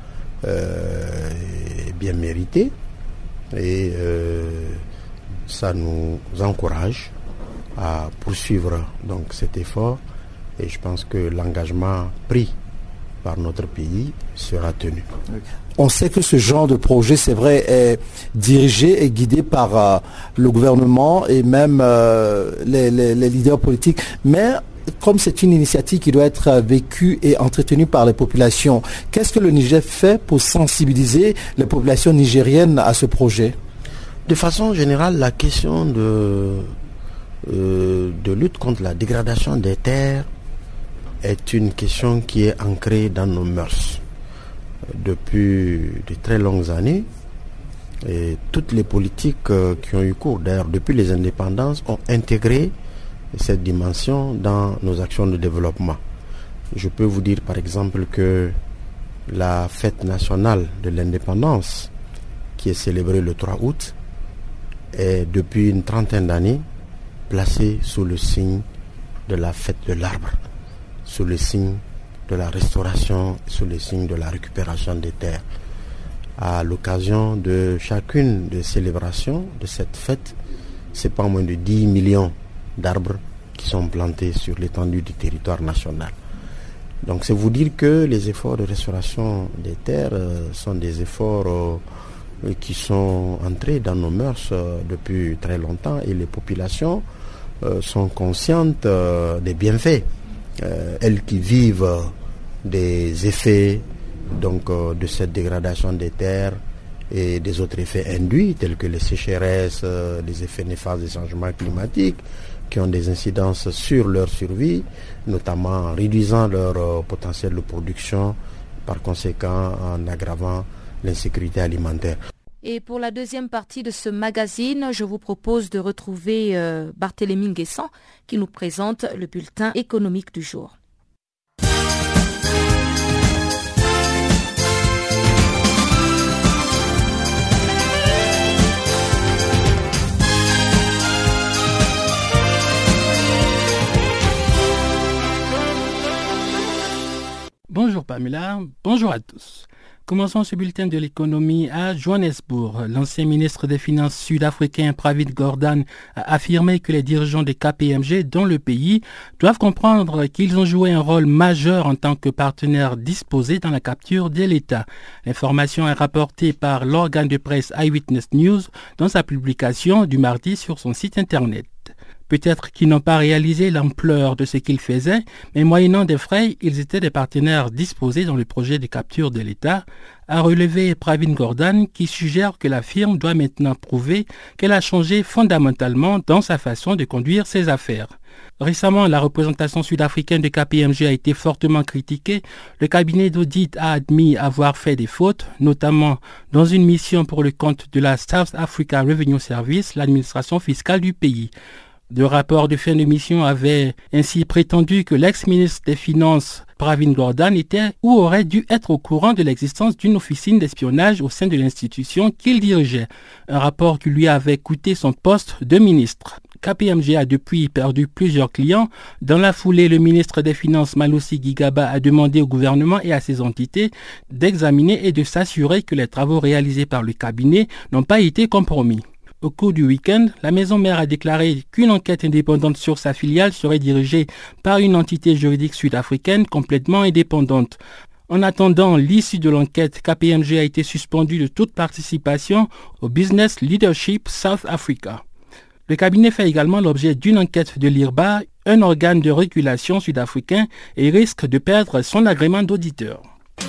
est bien mérité et ça nous encourage à poursuivre donc cet effort et je pense que l'engagement pris par notre pays sera tenu. On sait que ce genre de projet, c'est vrai, est dirigé et guidé par le gouvernement et même les leaders politiques, mais comme c'est une initiative qui doit être vécue et entretenue par les populations, qu'est-ce que le Niger fait pour sensibiliser les populations nigériennes à ce projet? De façon générale, la question de lutte contre la dégradation des terres est une question qui est ancrée dans nos mœurs depuis de très longues années. Et toutes les politiques qui ont eu cours, d'ailleurs depuis les indépendances, ont intégré cette dimension dans nos actions de développement. Je peux vous dire par exemple que la fête nationale de l'indépendance, qui est célébrée le 3 août, est depuis une trentaine d'années placée sous le signe de la fête de l'arbre, sous le signe de la restauration, sous le signe de la récupération des terres. à l'occasion de chacune des célébrations de cette fête, c'est pas moins de 10 millions d'arbres qui sont plantés sur l'étendue du territoire national. Donc c'est vous dire que les efforts de restauration des terres sont des efforts qui sont entrés dans nos mœurs depuis très longtemps et les populations sont conscientes des bienfaits. Elles qui vivent des effets de cette dégradation des terres et des autres effets induits tels que les sécheresses, les effets néfastes des changements climatiques qui ont des incidences sur leur survie, notamment en réduisant leur potentiel de production, par conséquent en aggravant l'insécurité alimentaire. Et pour la deuxième partie de ce magazine, je vous propose de retrouver Barthélémy Nguessan qui nous présente le bulletin économique du jour. Bonjour Pamela, bonjour à tous. Commençons ce bulletin de l'économie à Johannesburg. L'ancien ministre des Finances sud-africain Pravind Gordhan a affirmé que les dirigeants des KPMG dans le pays doivent comprendre qu'ils ont joué un rôle majeur en tant que partenaires disposés dans la capture de l'État. L'information est rapportée par l'organe de presse Eyewitness News dans sa publication du mardi sur son site internet. Peut-être qu'ils n'ont pas réalisé l'ampleur de ce qu'ils faisaient, mais moyennant des frais, ils étaient des partenaires disposés dans le projet de capture de l'État, a relevé Pravind Gordhan qui suggère que la firme doit maintenant prouver qu'elle a changé fondamentalement dans sa façon de conduire ses affaires. Récemment, la représentation sud-africaine de KPMG a été fortement critiquée. Le cabinet d'audit a admis avoir fait des fautes, notamment dans une mission pour le compte de la South Africa Revenue Service, l'administration fiscale du pays. Le rapport de fin de mission avait ainsi prétendu que l'ex-ministre des Finances Pravind Gordhan était ou aurait dû être au courant de l'existence d'une officine d'espionnage au sein de l'institution qu'il dirigeait, un rapport qui lui avait coûté son poste de ministre. KPMG a depuis perdu plusieurs clients. Dans la foulée, le ministre des Finances Malusi Gigaba a demandé au gouvernement et à ses entités d'examiner et de s'assurer que les travaux réalisés par le cabinet n'ont pas été compromis. Au cours du week-end, la maison mère a déclaré qu'une enquête indépendante sur sa filiale serait dirigée par une entité juridique sud-africaine complètement indépendante. En attendant l'issue de l'enquête, KPMG a été suspendu de toute participation au Business Leadership South Africa. Le cabinet fait également l'objet d'une enquête de l'IRBA, un organe de régulation sud-africain, et risque de perdre son agrément d'auditeur.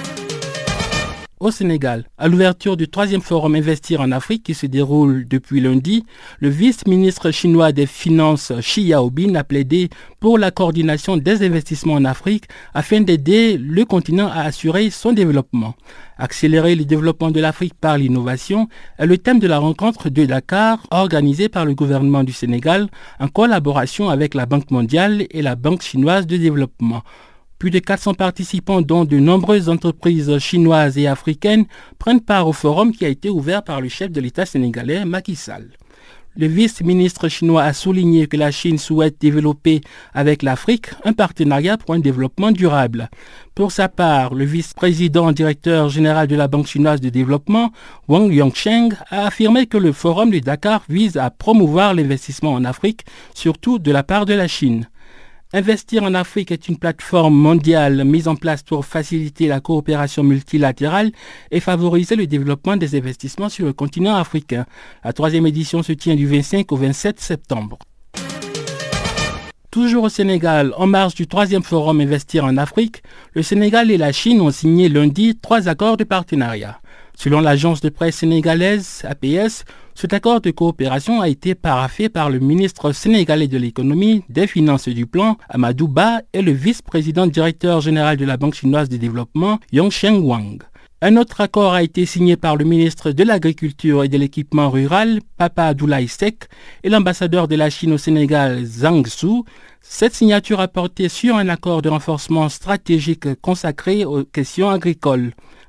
Au Sénégal, à l'ouverture du 3e forum Investir en Afrique qui se déroule depuis lundi, le vice-ministre chinois des Finances Xi Yaobin a plaidé pour la coordination des investissements en Afrique afin d'aider le continent à assurer son développement. Accélérer le développement de l'Afrique par l'innovation est le thème de la rencontre de Dakar organisée par le gouvernement du Sénégal en collaboration avec la Banque mondiale et la Banque chinoise de développement. Plus de 400 participants, dont de nombreuses entreprises chinoises et africaines, prennent part au forum qui a été ouvert par le chef de l'État sénégalais, Macky Sall. Le vice-ministre chinois a souligné que la Chine souhaite développer avec l'Afrique un partenariat pour un développement durable. Pour sa part, le vice-président directeur général de la Banque chinoise de développement, Wang Yongsheng, a affirmé que le forum de Dakar vise à promouvoir l'investissement en Afrique, surtout de la part de la Chine. Investir en Afrique est une plateforme mondiale mise en place pour faciliter la coopération multilatérale et favoriser le développement des investissements sur le continent africain. La 3e édition se tient du 25 au 27 septembre. Toujours au Sénégal, en marge du 3e forum Investir en Afrique, le Sénégal et la Chine ont signé lundi 3 accords de partenariat. Selon l'agence de presse sénégalaise APS, cet accord de coopération a été paraphé par le ministre sénégalais de l'économie, des finances et du plan, Amadou Ba, et le vice-président directeur général de la Banque chinoise de développement, Yongsheng Wang. Un autre accord a été signé par le ministre de l'Agriculture et de l'Équipement rural, Papa Abdoulaye Seck, et l'ambassadeur de la Chine au Sénégal, Zhang Su. Cette signature a porté sur un accord de renforcement stratégique consacré aux questions agricoles.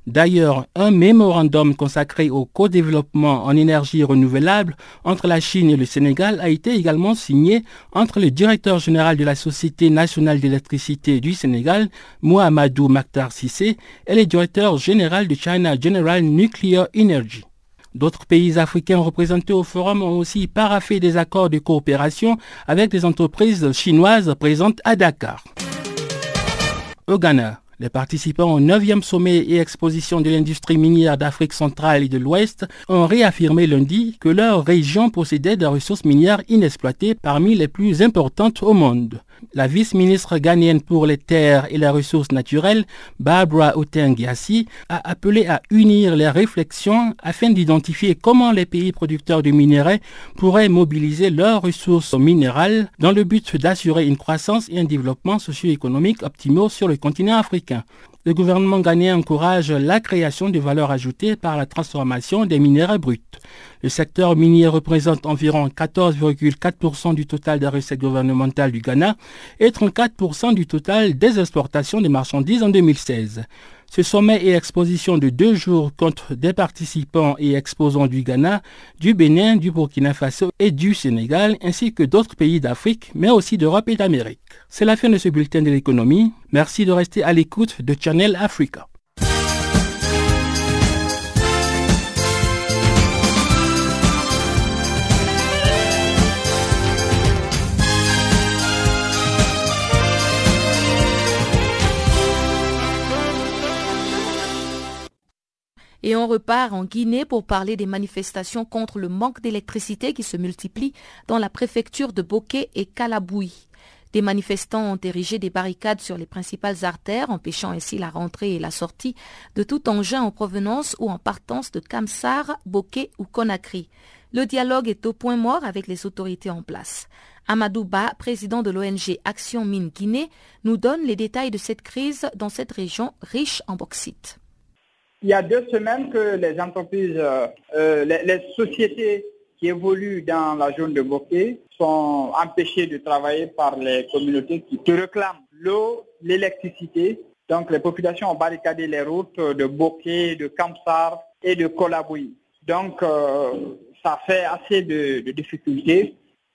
D'ailleurs, un mémorandum consacré au co-développement en énergie renouvelable entre la Chine et le Sénégal a été également signé entre le directeur général de la Société nationale d'électricité du Sénégal, Mohamedou Makhtar Cissé, et le directeur général de China General Nuclear Energy. D'autres pays africains représentés au forum ont aussi paraphé des accords de coopération avec des entreprises chinoises présentes à Dakar. Au Ghana, les participants au 9e sommet et exposition de l'industrie minière d'Afrique centrale et de l'Ouest ont réaffirmé lundi que leur région possédait des ressources minières inexploitées parmi les plus importantes au monde. La vice-ministre ghanéenne pour les terres et les ressources naturelles, Barbara Otengiassi, a appelé à unir les réflexions afin d'identifier comment les pays producteurs de minerais pourraient mobiliser leurs ressources minérales dans le but d'assurer une croissance et un développement socio-économique optimaux sur le continent africain. Le gouvernement ghanéen encourage la création de valeur ajoutée par la transformation des minéraux bruts. Le secteur minier représente environ 14,4% du total des recettes gouvernementales du Ghana et 34% du total des exportations de marchandises en 2016. Ce sommet et exposition de 2 jours compte des participants et exposants du Ghana, du Bénin, du Burkina Faso et du Sénégal, ainsi que d'autres pays d'Afrique, mais aussi d'Europe et d'Amérique. C'est la fin de ce bulletin de l'économie. Merci de rester à l'écoute de Channel Africa. Et on repart en Guinée pour parler des manifestations contre le manque d'électricité qui se multiplient dans la préfecture de Boké et Kalabouy. Des manifestants ont érigé des barricades sur les principales artères, empêchant ainsi la rentrée et la sortie de tout engin en provenance ou en partance de Kamsar, Boké ou Conakry. Le dialogue est au point mort avec les autorités en place. Amadou Ba, président de l'ONG Action Mine Guinée, nous donne les détails de cette crise dans cette région riche en bauxite. Il y a 2 semaines que les entreprises, les sociétés qui évoluent dans la zone de Boké sont empêchées de travailler par les communautés qui réclament l'eau, l'électricité. Donc les populations ont barricadé les routes de Boké, de Kamsar et de Kolabouy. Donc ça fait assez de difficultés.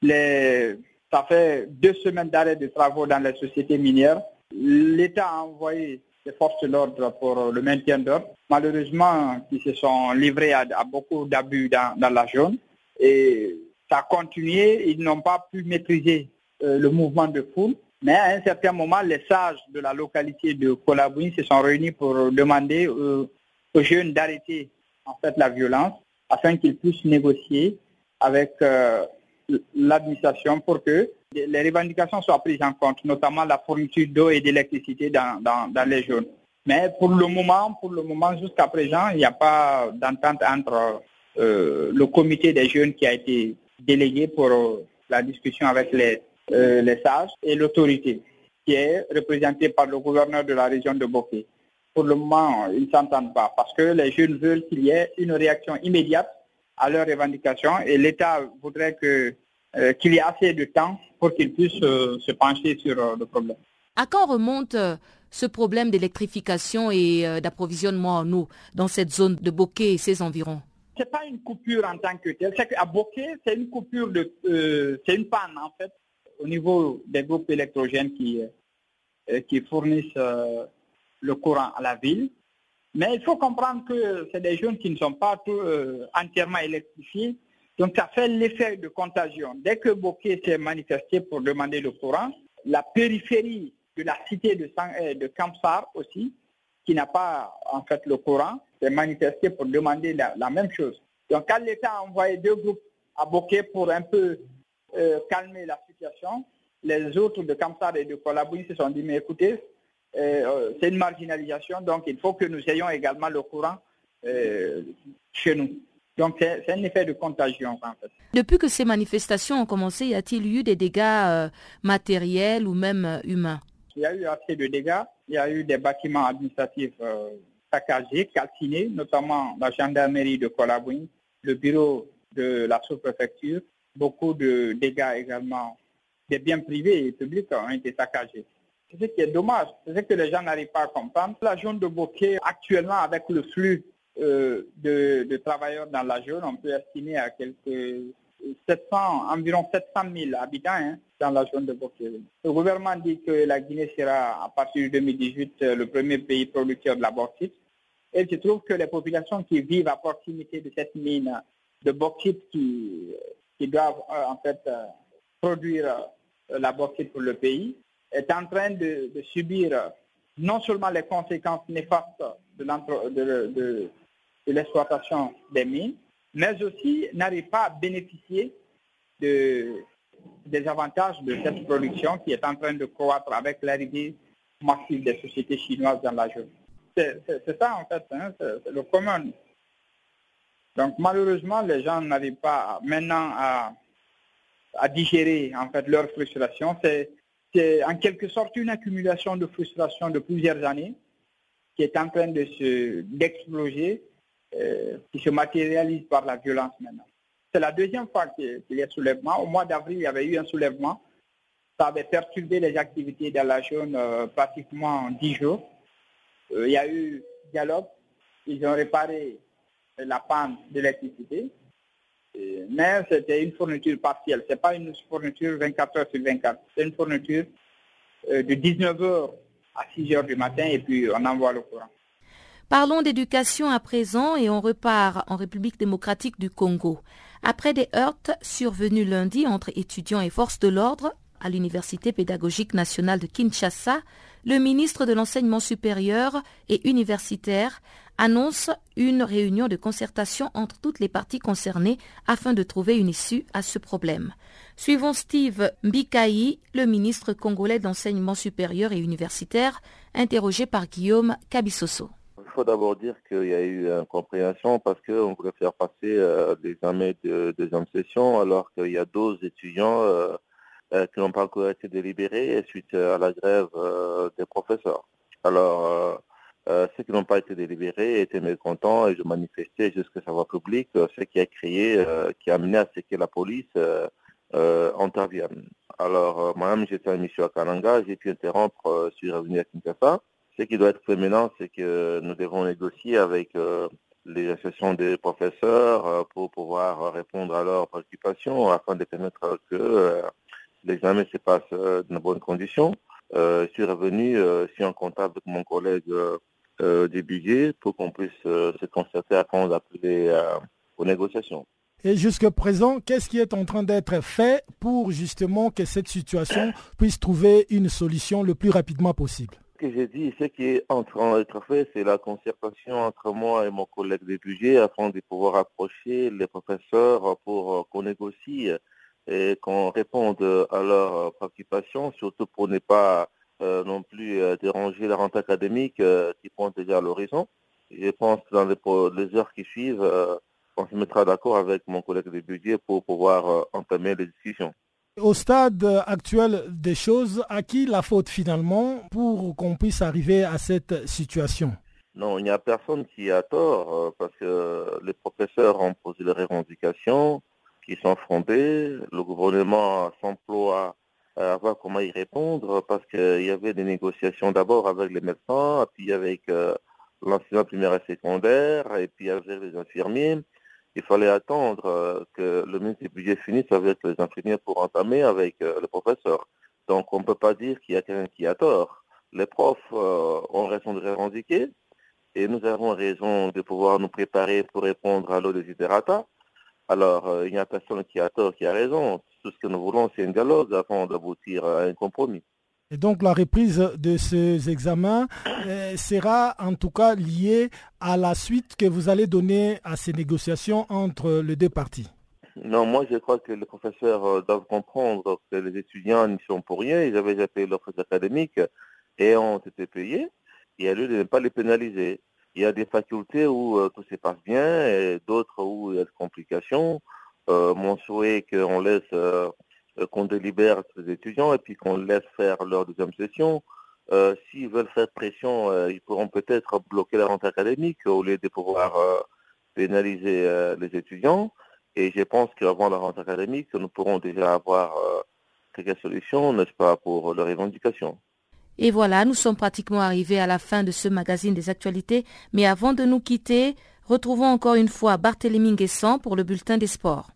Ça fait 2 semaines d'arrêt de travaux dans les sociétés minières. L'État a envoyé des forces de l'ordre pour le maintien d'ordre. Malheureusement, qui se sont livrés à beaucoup d'abus dans la zone. Et ça a continué, ils n'ont pas pu maîtriser le mouvement de foule. Mais à un certain moment, les sages de la localité de Kolabouy se sont réunis pour demander aux jeunes d'arrêter en fait la violence afin qu'ils puissent négocier avec l'administration pour que les revendications soient prises en compte, notamment la fourniture d'eau et d'électricité dans les zones. Mais pour le moment, jusqu'à présent, il n'y a pas d'entente entre le comité des jeunes qui a été délégué pour la discussion avec les sages et l'autorité qui est représentée par le gouverneur de la région de Boké. Pour le moment, ils ne s'entendent pas parce que les jeunes veulent qu'il y ait une réaction immédiate à leurs revendications et l'État voudrait qu'il y ait assez de temps pour qu'ils puissent se pencher sur le problème. À quand remonte ce problème d'électrification et d'approvisionnement en eau dans cette zone de Boké et ses environs? Ce n'est pas une coupure en tant que telle. C'est qu'à Boké, c'est une coupure c'est une panne en fait au niveau des groupes électrogènes qui fournissent le courant à la ville. Mais il faut comprendre que c'est des zones qui ne sont pas entièrement électrifiées. Donc ça fait l'effet de contagion. Dès que Boké s'est manifesté pour demander le courant, la périphérie de la cité de Kamsar aussi, qui n'a pas en fait le courant, s'est manifesté pour demander la même chose. Donc quand l'État a envoyé 2 groupes à Boké pour un peu calmer la situation, les autres de Kamsar et de Kolabouy se sont dit mais écoutez, c'est une marginalisation, donc il faut que nous ayons également le courant chez nous. Donc c'est un effet de contagion en fait. Depuis que ces manifestations ont commencé, y a-t-il eu des dégâts matériels ou même humains? Il y a eu assez de dégâts. Il y a eu des bâtiments administratifs saccagés, calcinés, notamment la gendarmerie de Kolabouy, le bureau de la sous-préfecture. Beaucoup de dégâts également. Des biens privés et publics ont été saccagés. ce qui est dommage, c'est ce que les gens n'arrivent pas à comprendre. La zone de Bokeh, actuellement, avec le flux de travailleurs dans la zone, on peut estimer à environ 700 000 habitants dans la zone de Bokeh. Le gouvernement dit que la Guinée sera, à partir de 2018, le premier pays producteur de la bauxite. Et il se trouve que les populations qui vivent à proximité de cette mine de bauxite qui doivent en fait produire la bauxite pour le pays, est en train de subir non seulement les conséquences néfastes de l'exploitation des mines, mais aussi n'arrive pas à bénéficier des avantages de cette production qui est en train de croître avec l'arrivée massive des sociétés chinoises dans la zone. C'est ça en fait, c'est le commun. Donc malheureusement, les gens n'arrivent pas maintenant à digérer en fait leur frustration. C'est en quelque sorte une accumulation de frustration de plusieurs années qui est en train d'exploser, qui se matérialise par la violence maintenant. C'est la deuxième fois qu'il y a soulèvement. Au mois d'avril, il y avait eu un soulèvement. Ça avait perturbé les activités dans la zone pratiquement 10 jours. Il y a eu dialogue. Ils ont réparé la panne d'électricité. Mais c'était une fourniture partielle. Ce n'est pas une fourniture 24 heures sur 24. C'est une fourniture de 19 heures à 6 heures du matin et puis on envoie le courant. Parlons d'éducation à présent et on repart en République démocratique du Congo. Après des heurts survenus lundi entre étudiants et forces de l'ordre à l'Université pédagogique nationale de Kinshasa, le ministre de l'Enseignement supérieur et universitaire annonce une réunion de concertation entre toutes les parties concernées afin de trouver une issue à ce problème. Suivons Steve Mbikaï, le ministre congolais d'Enseignement supérieur et universitaire, interrogé par Guillaume Kabisoso. Il faut d'abord dire qu'il y a eu incompréhension parce qu'on voulait faire passer l'examen de deuxième session alors qu'il y a 12 étudiants qui n'ont pas encore été délibérés suite à la grève des professeurs. Alors, ceux qui n'ont pas été délibérés étaient mécontents et je manifestais jusqu'à sa voix publique, ce qui a créé, qui a amené à ce que la police intervienne. Alors, moi-même, j'étais en mission à Kananga, j'ai pu interrompre, je suis revenu à Kinshasa. Ce qui doit être fait maintenant, c'est que nous devons négocier avec les associations des professeurs pour pouvoir répondre à leurs préoccupations afin de permettre que l'examen se passe dans de bonnes conditions. Je suis revenu, je suis en contact avec mon collègue des budgets pour qu'on puisse se concerter afin d'appeler aux négociations. Et jusqu'à présent, qu'est-ce qui est en train d'être fait pour justement que cette situation puisse trouver une solution le plus rapidement possible? Ce que j'ai dit, ce qui est en train d'être fait, c'est la concertation entre moi et mon collègue des budgets afin de pouvoir approcher les professeurs pour qu'on négocie et qu'on réponde à leurs préoccupations, surtout pour ne pas non plus déranger la rentrée académique qui pointe déjà à l'horizon. Je pense que dans les heures qui suivent, on se mettra d'accord avec mon collègue des budgets pour pouvoir entamer les discussions. Au stade actuel des choses, à qui la faute finalement pour qu'on puisse arriver à cette situation? Non, il n'y a personne qui a tort parce que les professeurs ont posé les revendications qui sont fondées. Le gouvernement s'emploie à voir comment y répondre parce qu'il y avait des négociations d'abord avec les médecins, puis avec l'enseignement primaire et secondaire, et puis avec les infirmiers. Il fallait attendre que le ministre du budget finisse avec les infirmiers pour entamer avec le professeur. Donc on ne peut pas dire qu'il y a quelqu'un qui a tort. Les profs ont raison de revendiquer et nous avons raison de pouvoir nous préparer pour répondre à leurs desiderata. Alors il n'y a personne qui a tort, qui a raison. Tout ce que nous voulons, c'est un dialogue afin d'aboutir à un compromis. Et donc la reprise de ces examens sera en tout cas liée à la suite que vous allez donner à ces négociations entre les deux parties. Non, moi je crois que les professeurs doivent comprendre que les étudiants n'y sont pour rien. Ils avaient déjà payé leurs frais académiques et ont été payés. Il y a lieu de ne pas les pénaliser. Il y a des facultés où tout se passe bien et d'autres où il y a des complications. Mon souhait est qu'on laisse... qu'on délibère les étudiants et puis qu'on laisse faire leur deuxième session. S'ils veulent faire pression, ils pourront peut-être bloquer la rentrée académique au lieu de pouvoir pénaliser les étudiants. Et je pense qu'avant la rentrée académique, nous pourrons déjà avoir quelques solutions, n'est-ce pas, pour leurs revendications. Et voilà, nous sommes pratiquement arrivés à la fin de ce magazine des actualités. Mais avant de nous quitter, retrouvons encore une fois Barthélémy Nguessan pour le bulletin des sports.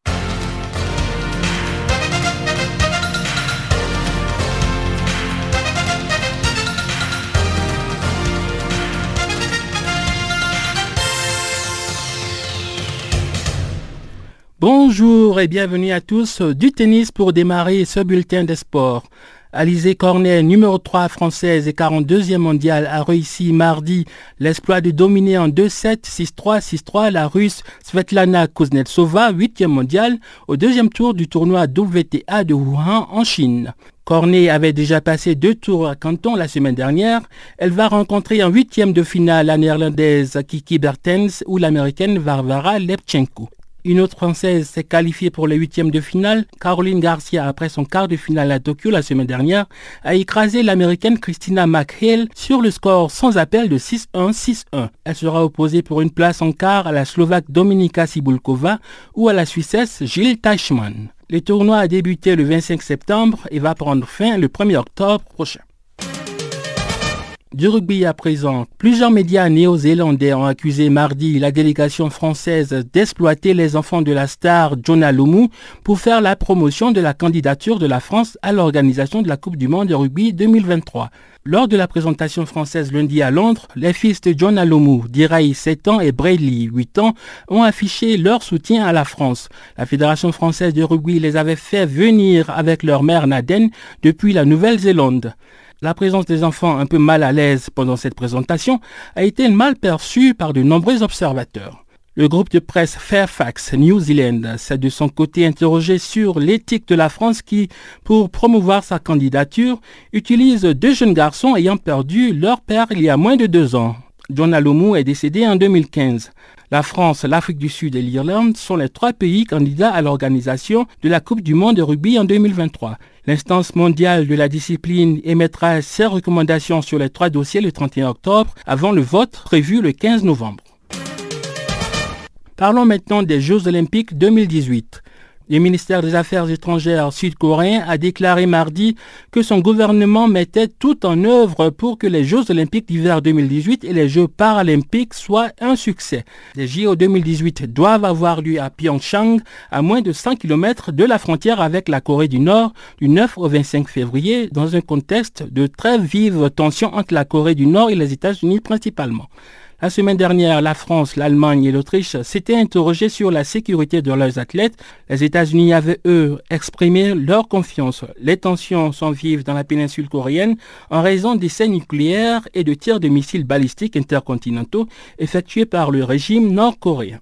Bonjour et bienvenue à tous du tennis pour démarrer ce bulletin des sports. Alizé Cornet, numéro 3 française et 42e mondiale, a réussi mardi l'exploit de dominer en 2-7, 6-3, 6-3 la Russe Svetlana Kuznetsova, 8e mondiale, au deuxième tour du tournoi WTA de Wuhan en Chine. Cornet avait déjà passé 2 tours à Canton la semaine dernière. Elle va rencontrer en 8e de finale la néerlandaise Kiki Bertens ou l'américaine Varvara Lepchenko. Une autre Française s'est qualifiée pour les 8e de finale. Caroline Garcia, après son quart de finale à Tokyo la semaine dernière, a écrasé l'américaine Christina McHale sur le score sans appel de 6-1, 6-1. Elle sera opposée pour une place en quart à la Slovaque Dominika Cibulková ou à la Suissesse Jill Teichmann. Le tournoi a débuté le 25 septembre et va prendre fin le 1er octobre prochain. Du rugby à présent, plusieurs médias néo-zélandais ont accusé mardi la délégation française d'exploiter les enfants de la star Jonah Lomu pour faire la promotion de la candidature de la France à l'organisation de la Coupe du Monde de rugby 2023. Lors de la présentation française lundi à Londres, les fils de Jonah Lomu, Diraï 7 ans et Bradley 8 ans, ont affiché leur soutien à la France. La Fédération française de rugby les avait fait venir avec leur mère Naden depuis la Nouvelle-Zélande. La présence des enfants un peu mal à l'aise pendant cette présentation a été mal perçue par de nombreux observateurs. Le groupe de presse Fairfax New Zealand s'est de son côté interrogé sur l'éthique de la France qui, pour promouvoir sa candidature, utilise 2 jeunes garçons ayant perdu leur père il y a moins de 2 ans. Jonah Lomu est décédé en 2015. La France, l'Afrique du Sud et l'Irlande sont les 3 pays candidats à l'organisation de la Coupe du Monde de rugby en 2023. L'instance mondiale de la discipline émettra ses recommandations sur les 3 dossiers le 31 octobre avant le vote prévu le 15 novembre. Parlons maintenant des Jeux Olympiques 2018. Le ministère des Affaires étrangères sud-coréen a déclaré mardi que son gouvernement mettait tout en œuvre pour que les Jeux Olympiques d'hiver 2018 et les Jeux Paralympiques soient un succès. Les JO 2018 doivent avoir lieu à Pyeongchang, à moins de 100 km de la frontière avec la Corée du Nord, du 9 au 25 février, dans un contexte de très vives tensions entre la Corée du Nord et les États-Unis principalement. La semaine dernière, la France, l'Allemagne et l'Autriche s'étaient interrogés sur la sécurité de leurs athlètes. Les États-Unis avaient, eux, exprimé leur confiance. Les tensions sont vives dans la péninsule coréenne en raison d'essais nucléaires et de tirs de missiles balistiques intercontinentaux effectués par le régime nord-coréen.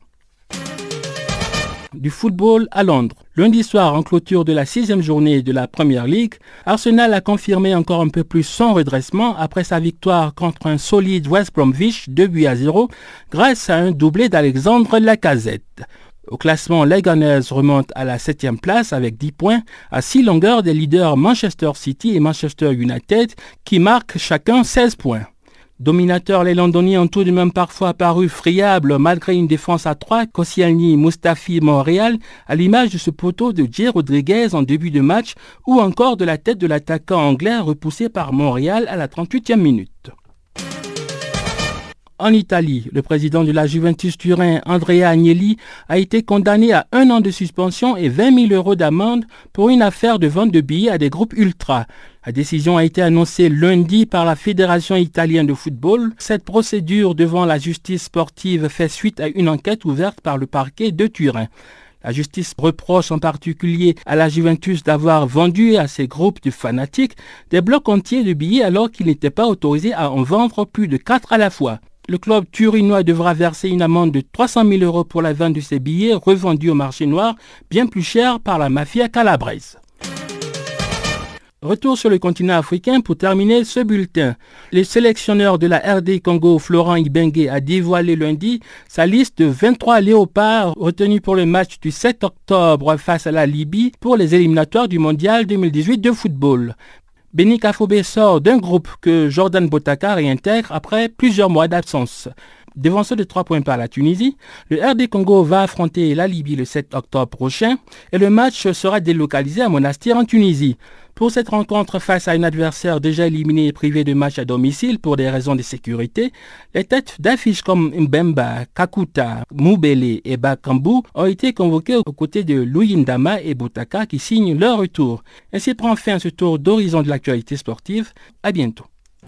Du football à Londres. Lundi soir, en clôture de la 6e journée de la Premier League, Arsenal a confirmé encore un peu plus son redressement après sa victoire contre un solide West Bromwich 2-0 grâce à un doublé d'Alexandre Lacazette. Au classement, les Gunners remontent à la 7e place avec 10 points, à 6 longueurs des leaders Manchester City et Manchester United qui marquent chacun 16 points. Dominateurs, les Londoniens ont tout de même parfois paru friables malgré une défense à 3, Koscielny, Mustafi, Montréal, à l'image de ce poteau de Jay Rodriguez en début de match ou encore de la tête de l'attaquant anglais repoussé par Montréal à la 38e minute. En Italie, le président de la Juventus Turin, Andrea Agnelli, a été condamné à 1 an de suspension et 20 000 € d'amende pour une affaire de vente de billets à des groupes ultras. La décision a été annoncée lundi par la Fédération italienne de football. Cette procédure devant la justice sportive fait suite à une enquête ouverte par le parquet de Turin. La justice reproche en particulier à la Juventus d'avoir vendu à ces groupes de fanatiques des blocs entiers de billets alors qu'il n'était pas autorisé à en vendre plus de 4 à la fois. Le club turinois devra verser une amende de 300 000 € pour la vente de ces billets revendus au marché noir, bien plus cher par la mafia calabraise. Retour sur le continent africain pour terminer ce bulletin. Le sélectionneur de la RD Congo, Florent Ibenge, a dévoilé lundi sa liste de 23 léopards retenus pour le match du 7 octobre face à la Libye pour les éliminatoires du Mondial 2018 de football. Béni Kafobé sort d'un groupe que Jordan Botaka réintègre après plusieurs mois d'absence. Devancé de 3 points par la Tunisie, le RD Congo va affronter la Libye le 7 octobre prochain et le match sera délocalisé à Monastir en Tunisie. Pour cette rencontre face à un adversaire déjà éliminé et privé de match à domicile pour des raisons de sécurité, les têtes d'affiche comme Mbemba, Kakuta, Moubele et Bakambu ont été convoquées aux côtés de Luyindama et Boutaka qui signent leur retour. Ainsi prend fin ce tour d'horizon de l'actualité sportive. À bientôt.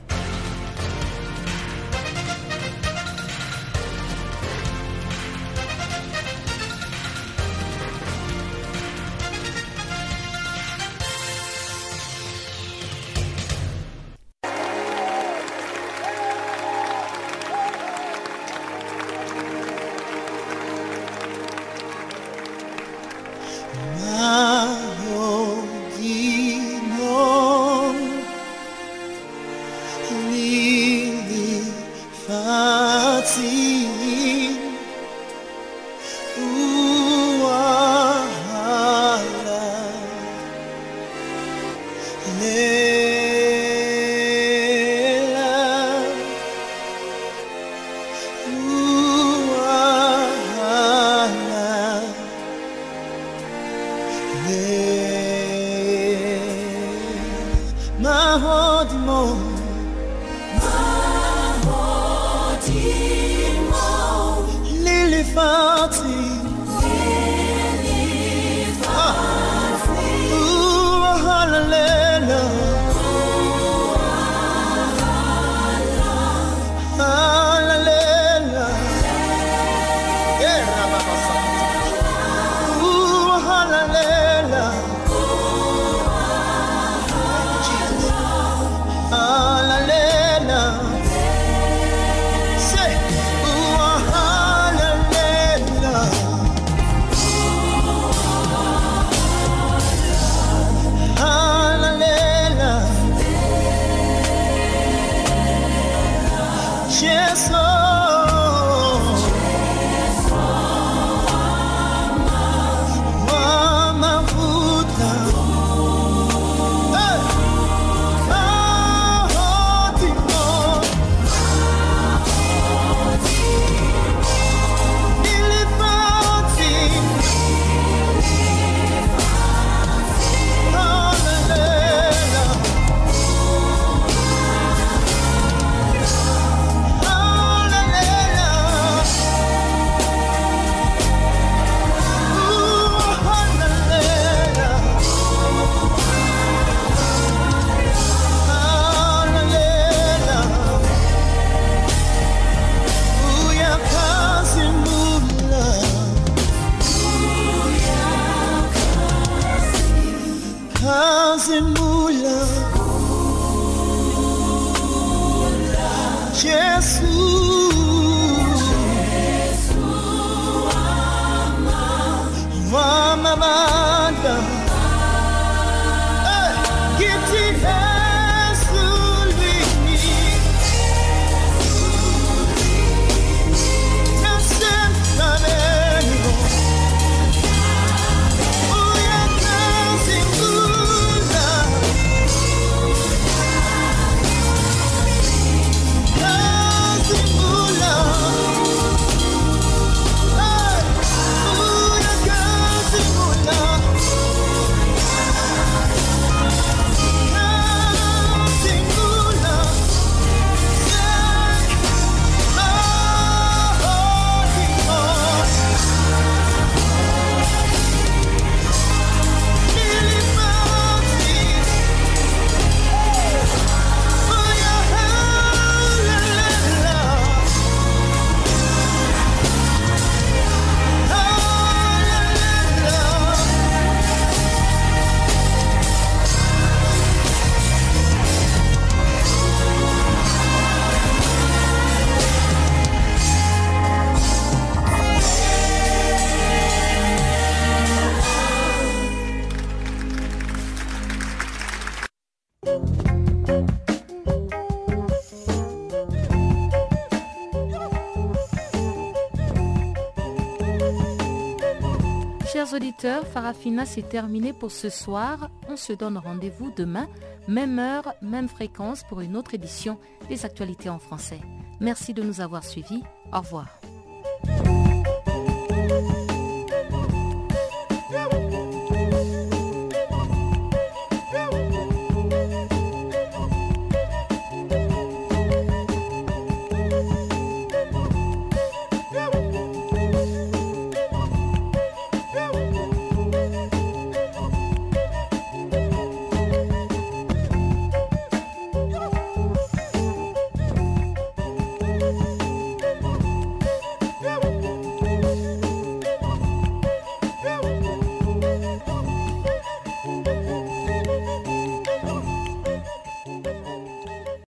Chers auditeurs, Farafina, c'est terminé pour ce soir. On se donne rendez-vous demain, même heure, même fréquence pour une autre édition des actualités en français. Merci de nous avoir suivis. Au revoir.